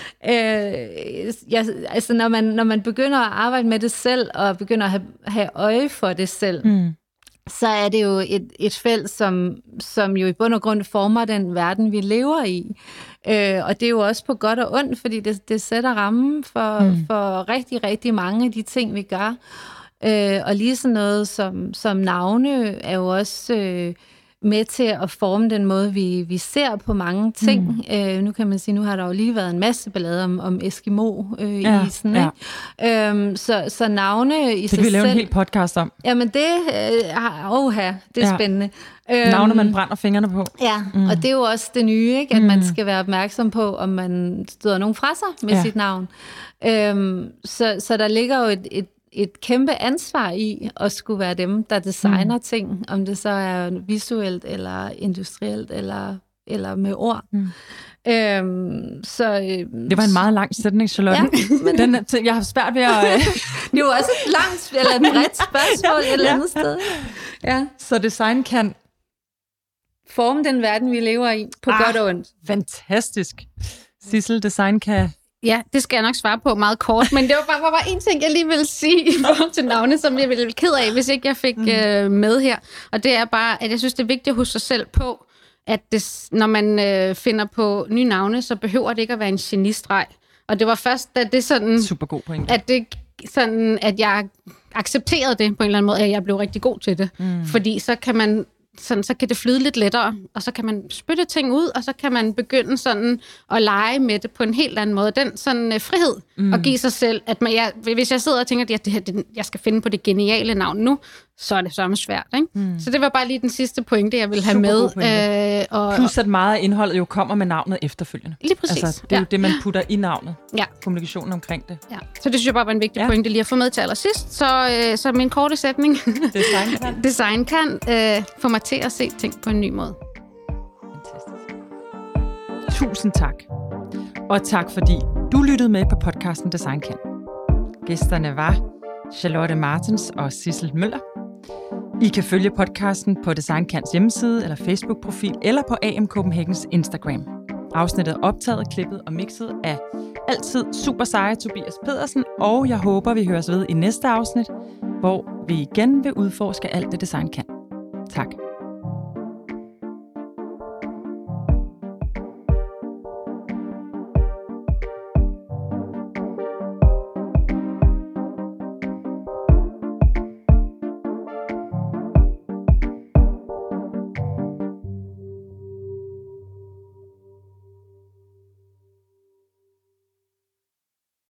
Når man begynder at arbejde med det selv, og begynder at have øje for det selv, så er det jo et felt, som jo i bund og grund former den verden, vi lever i. Og det er jo også på godt og ondt, fordi det sætter rammen for rigtig, rigtig mange af de ting, vi gør. Og lige sådan noget som navne er jo også med til at forme den måde, vi ser på mange ting. Nu kan man sige, nu har der jo lige været en masse ballade om Eskimo-isen. Ja. Så navne i sig selv... Det vil vi lave en hel podcast om. Jamen det er spændende. Navne, man brænder fingrene på. Ja, og det er jo også det nye, ikke? At man skal være opmærksom på, om man støder nogen fra sig med sit navn. Så der ligger jo et kæmpe ansvar i at skulle være dem, der designer ting, om det så er visuelt, eller industrielt, eller med ord. Det var en meget lang sætning, Charlotte. Ja, jeg har svært ved at... Det er jo også et langt, eller et bredt spørgsmål et eller andet sted. Ja. Så design kan... forme den verden, vi lever i, på godt og ondt. Fantastisk. Sissel, design kan... Ja, det skal jeg nok svare på meget kort, men det var bare en ting, jeg lige vil sige i forhold til navne, som jeg ville være ked af, hvis ikke jeg fik med her. Og det er bare, at jeg synes, det er vigtigt at huske sig selv på, at når man finder på nye navne, så behøver det ikke at være en genistreg. Og det var først, da det sådan... Super god pointe. At jeg accepterede det på en eller anden måde, at jeg blev rigtig god til det. Fordi så kan man... så kan det flyde lidt lettere, og så kan man spytte ting ud, og så kan man begynde sådan at lege med det på en helt anden måde. Den sådan frihed at give sig selv, at hvis jeg sidder og tænker, at jeg skal finde på det geniale navn nu, så er det så svært. Ikke? Så det var bare lige den sidste pointe, jeg ville have med. Plus at meget af indholdet jo kommer med navnet efterfølgende. Lige præcis. Altså, det er jo det, man putter i navnet. Ja. Kommunikationen omkring det. Ja. Så det synes jeg bare var en vigtig pointe lige at få med til allersidst. Så min korte sætning, design kan få mig til at se ting på en ny måde. Fantastisk. Tusind tak. Og tak, fordi du lyttede med på podcasten Design Kan. Gæsterne var Charlotte Martens og Sissel Møller. I kan følge podcasten på Design Kans hjemmeside eller Facebook-profil eller på AM Copenhagens Instagram. Afsnittet er optaget, klippet og mixet af altid super seje Tobias Pedersen, og jeg håber, vi høres ved i næste afsnit, hvor vi igen vil udforske alt det design kan. Tak.